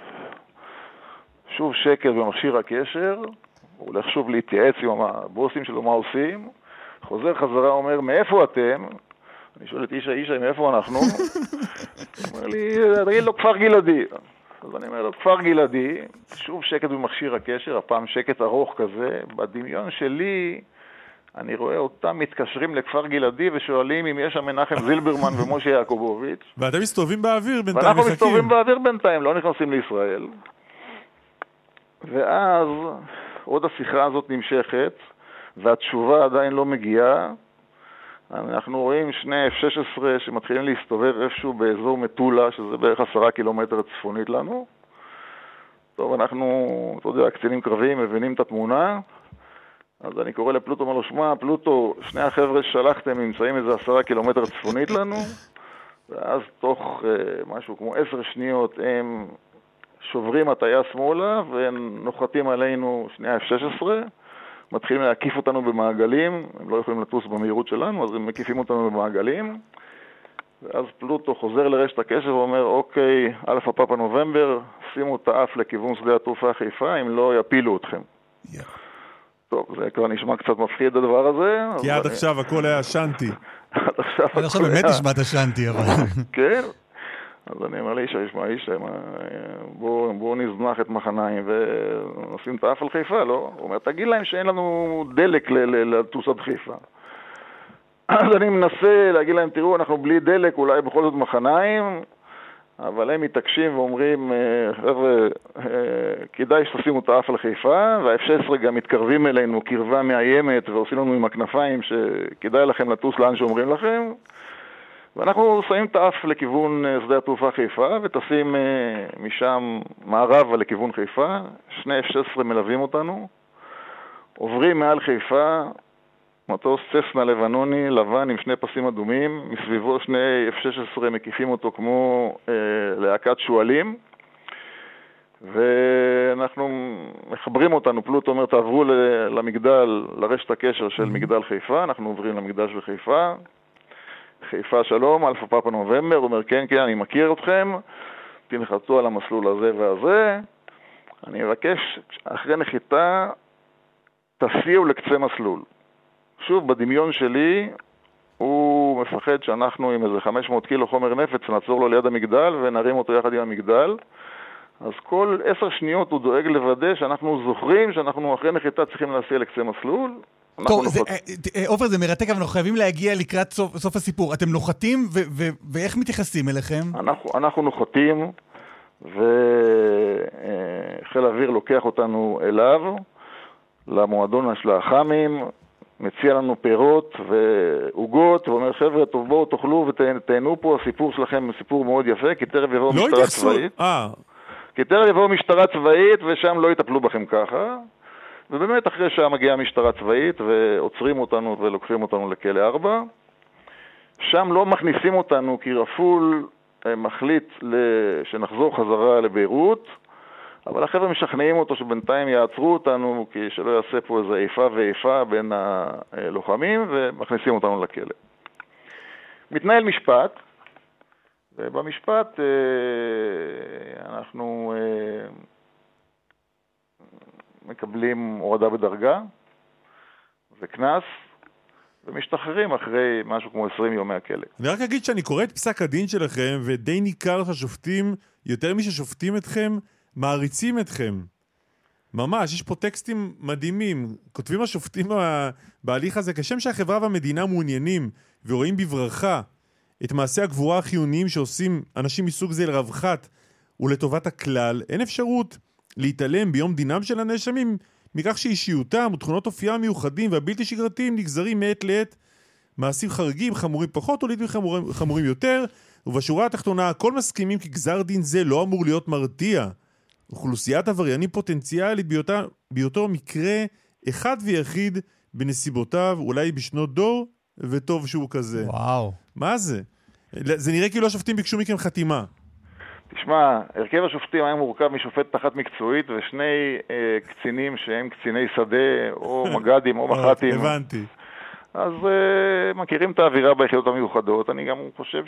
שוב שקט במכשיר הקשר, הוא הולך שוב להתייעץ עם הבוסים שלו מה עושים, חוזר חזרה, אומר, מאיפה אתם? אני שואל את אישה, מאיפה אנחנו? הוא אומר לי, תגיד לו, כפר גלעדי. אז אני אומר לו, כפר גלעדי, שוב שקט במכשיר הקשר, הפעם שקט ארוך כזה, בדמיון שלי אני רואה אותם מתקשרים לכפר גלעדי ושואלים אם יש שם מנחם זילברמן ומשה יעקובוביץ'. ואתם מסתובבים באוויר בינתיים, ואנחנו מסתובבים באוויר בינתיים, לא נכנסים לישראל. ואז עוד השיחה הזאת נמשכת, והתשובה עדיין לא מגיעה. אנחנו רואים שני F-16 שמתחילים להסתובב איפשהו באזור מטולה, שזה בערך 10 קילומטר צפונית לנו. טוב, אנחנו, אתה יודע, קצינים קרביים, מבינים את התמונה. אז אני קורא לפלוטו, אומר לו, שמע, פלוטו, שני החבר'ה ששלחתם נמצאים איזה 10 קילומטר צפונית לנו, ואז תוך משהו כמו 10 שניות הם שוברים הטיה שמאלה ונוחתים עלינו שני F-16, מתחילים להקיף אותנו במעגלים, הם לא יכולים לטוס במהירות שלנו, אז הם מקיפים אותנו במעגלים, ואז פלוטו חוזר לרשת הקשר ואומר, אוקיי, אלפא פאפה נובמבר, שימו את האף לכיוון שדה התעופה חיפה, אם לא יפילו אתכם. טוב, זה כבר נשמע קצת מפחיד הדבר הזה. כי עד עכשיו הכל היה שנטי. עד עכשיו באמת נשמעת שנטי, אבל... כן. אז אני אומר לאישה, בואו נזנח את מחניים ונשים את האף על חיפה, לא? הוא אומר, תגיד להם שאין לנו דלק לטוס עד חיפה. אז אני מנסה להגיד להם, תראו, אנחנו בלי דלק, אולי בכל זאת מחניים, אבל הם מתעקשים ואומרים, חבר'ה, כדאי שתשימו את האף על חיפה, וה-F-16 גם מתקרבים אלינו קרבה מאיימת ועושים לנו עם הכנפיים שכדאי לכם לטוס לאן שאומרים לכם, ואנחנו שמים את האף לכיוון שדה התעופה חיפה וטסים משם מערבה לכיוון חיפה, שני F-16 מלווים אותנו, עוברים מעל חיפה, מטוס צסנה לבנוני, לבן עם שני פסים אדומים, מסביבו שני F-16 מקיפים אותו כמו להקת שואלים, ואנחנו מחברים אותנו, פלוטו אומר, תעברו למגדל, לרשת הקשר של מגדל חיפה, אנחנו עוברים למגדל של חיפה, חיפה שלום, אלפא פאפה נובמבר, הוא אומר, כן, אני מכיר אתכם, תנחתו על המסלול הזה והזה, אני מבקש, אחרי נחיתה, תסיעו לקצה מסלול. שוב, בדמיון שלי, הוא מפחד שאנחנו עם איזה 500 קילו חומר נפץ נעצור לו ליד המגדל ונרים אותו יחד עם המגדל. אז כל 10 שניות הוא דואג לוודא שאנחנו זוכרים שאנחנו אחרי נחיתה צריכים להסיע לקצה מסלול. טוב, עופר, זה מרתק, אבל אנחנו חייבים להגיע לקראת סוף הסיפור. אתם נוחתים ואיך מתייחסים אליכם? אנחנו נוחתים, וחיל האוויר לוקח אותנו אליו, למועדון של החמים, מציע לנו פירות ועוגות, ואומר, חבר'ה, טוב, בואו תאכלו ותהנו פה, הסיפור שלכם סיפור מאוד יפה, כי תכף יבואו משטרה צבאית. כי תכף יבואו משטרה צבאית, ושם לא יטפלו בכם ככה. ובאמת אחרי שעה מגיעה משטרה צבאית, ועוצרים אותנו ולוקחים אותנו לכלא 4. שם לא מכניסים אותנו, כי רפול מחליט שנחזור חזרה לביירות, אבל החבר'ה משכנעים אותו שבינתיים יעצרו אותנו, כי שלא יעשה פה איזה איפה ואיפה בין הלוחמים, ומכניסים אותנו לכלא. מתנהל משפט, ובמשפט אנחנו מקבלים הורדה בדרגה, וכנס, ומשתחררים אחרי משהו כמו 20 יום מהכלא. אני רק אגיד שאני קורא את פסק הדין שלכם, ודי ניכר שהשופטים, יותר מששופטים אתכם, מעריצים אתכם. ממש, יש פה טקסטים מדהימים. כותבים השופטים בהליך הזה, כשם שהחברה והמדינה מעוניינים, ורואים בברכה את מעשי הגבורה החיוניים שעושים אנשים מסוג זה לרווחת ולטובת הכלל, אין אפשרות להתעלם ביום דינם של הנאשמים, מכך שאישיותם ותכונות אופיים המיוחדים והבלתי שגרתיים נגזרים מעת לעת מעשים חריגים, חמורים פחות או לעתים חמורים יותר, ובשורה התחתונה כל מסכימים כי גזר דין זה לא אמור להיות מרתיע. אוכלוסיית עבריינים פוטנציאלית בהיותו מקרה אחד ויחיד בנסיבותיו, אולי בשנות דור, וטוב שהוא כזה. וואו. מה זה? זה נראה כאילו השופטים ביקשו מכם חתימה. תשמע, הרכב השופטים היה מורכב משופט תחת מקצועית ושני קצינים שהם קציני שדה או מג"דים או מח"טים. הבנתי. אז מכירים את האווירה ביחידות המיוחדות. אני גם חושב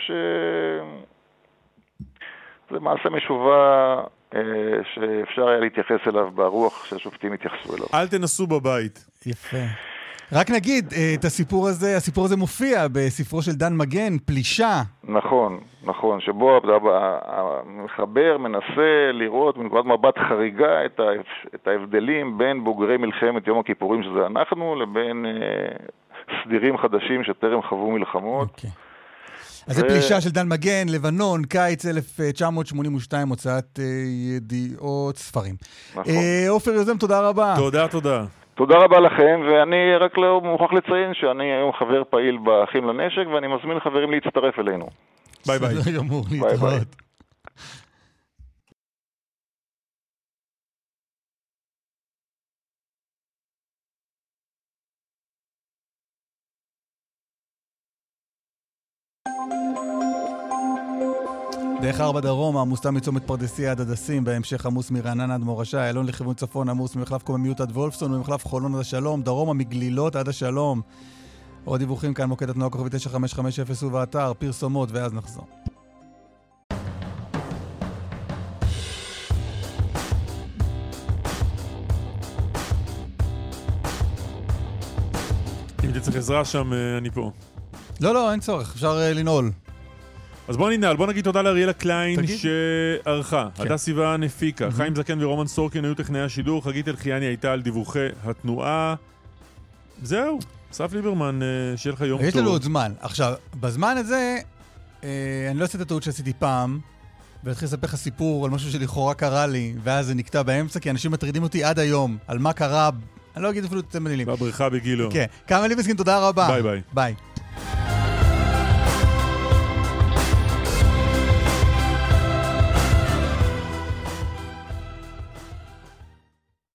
זה מעשה משובה שאפשר היה להתייחס אליו ברוח שהשופטים התייחסו אליו. אל תנסו בבית. יפה. רק נגיד, את הסיפור הזה מופיע בספרו של דן מגן, פלישה. נכון, שבו המחבר מנסה לראות מנקודת מבט חריגה את ההבדלים בין בוגרי מלחמת יום הכיפורים, שזה אנחנו, לבין סדירים חדשים שטרם חוו מלחמות. אוקיי. אז זה פלישה של דן מגן, לבנון, קיץ 1982, הוצאת ידיעות ספרים. נכון. עופר יוזם, תודה רבה. תודה. תודה רבה לכם, ואני רק לא מוכרח לציין שאני היום חבר פעיל באחים לנשק, ואני מזמין חברים להצטרף אלינו. ביי ביי. בסדר גמור, להתראות. דרך 4 דרום, עמוסה מצומת פרדסיה עד הדסים, בהמשך עמוס מרעננה עד מורשה, איילון לכיוון צפון עמוס ממחלף קוממיות עד וולפסון, ממחלף חולון עד השלום, דרומה מגלילות עד השלום. עוד דיווחים כאן מוקד התנועה כוכבית 9550 ובאתר, פרסומות ואז נחזור. אם תצטרך עזרה שם, אני פה. לא, אין צורך, אפשר לנעול. אז בוא ננעל, בוא נגיד תודה לאריאלה קליין שערכה, הדס סיוון הפיקה, חיים זקן ורומן סורקין היו טכנאי השידור, חגית אלחייני הייתה על דיווחי התנועה. זהו, אסף ליברמן, שיהיה לך יום טוב. יש לנו עוד זמן. עכשיו, בזמן הזה, אני לא אעשה את הטעות שעשיתי פעם, ולהתחיל לספר לך סיפור על משהו שלכאורה קרה לי, ואז זה נקטע באמצע, כי אנשים מטרידים אותי עד היום, על מה קרה, אני לא אגיד אפילו את המילים. בבריכה בגילו. כן, קלמן ליבסקינד, תודה רבה. ביי.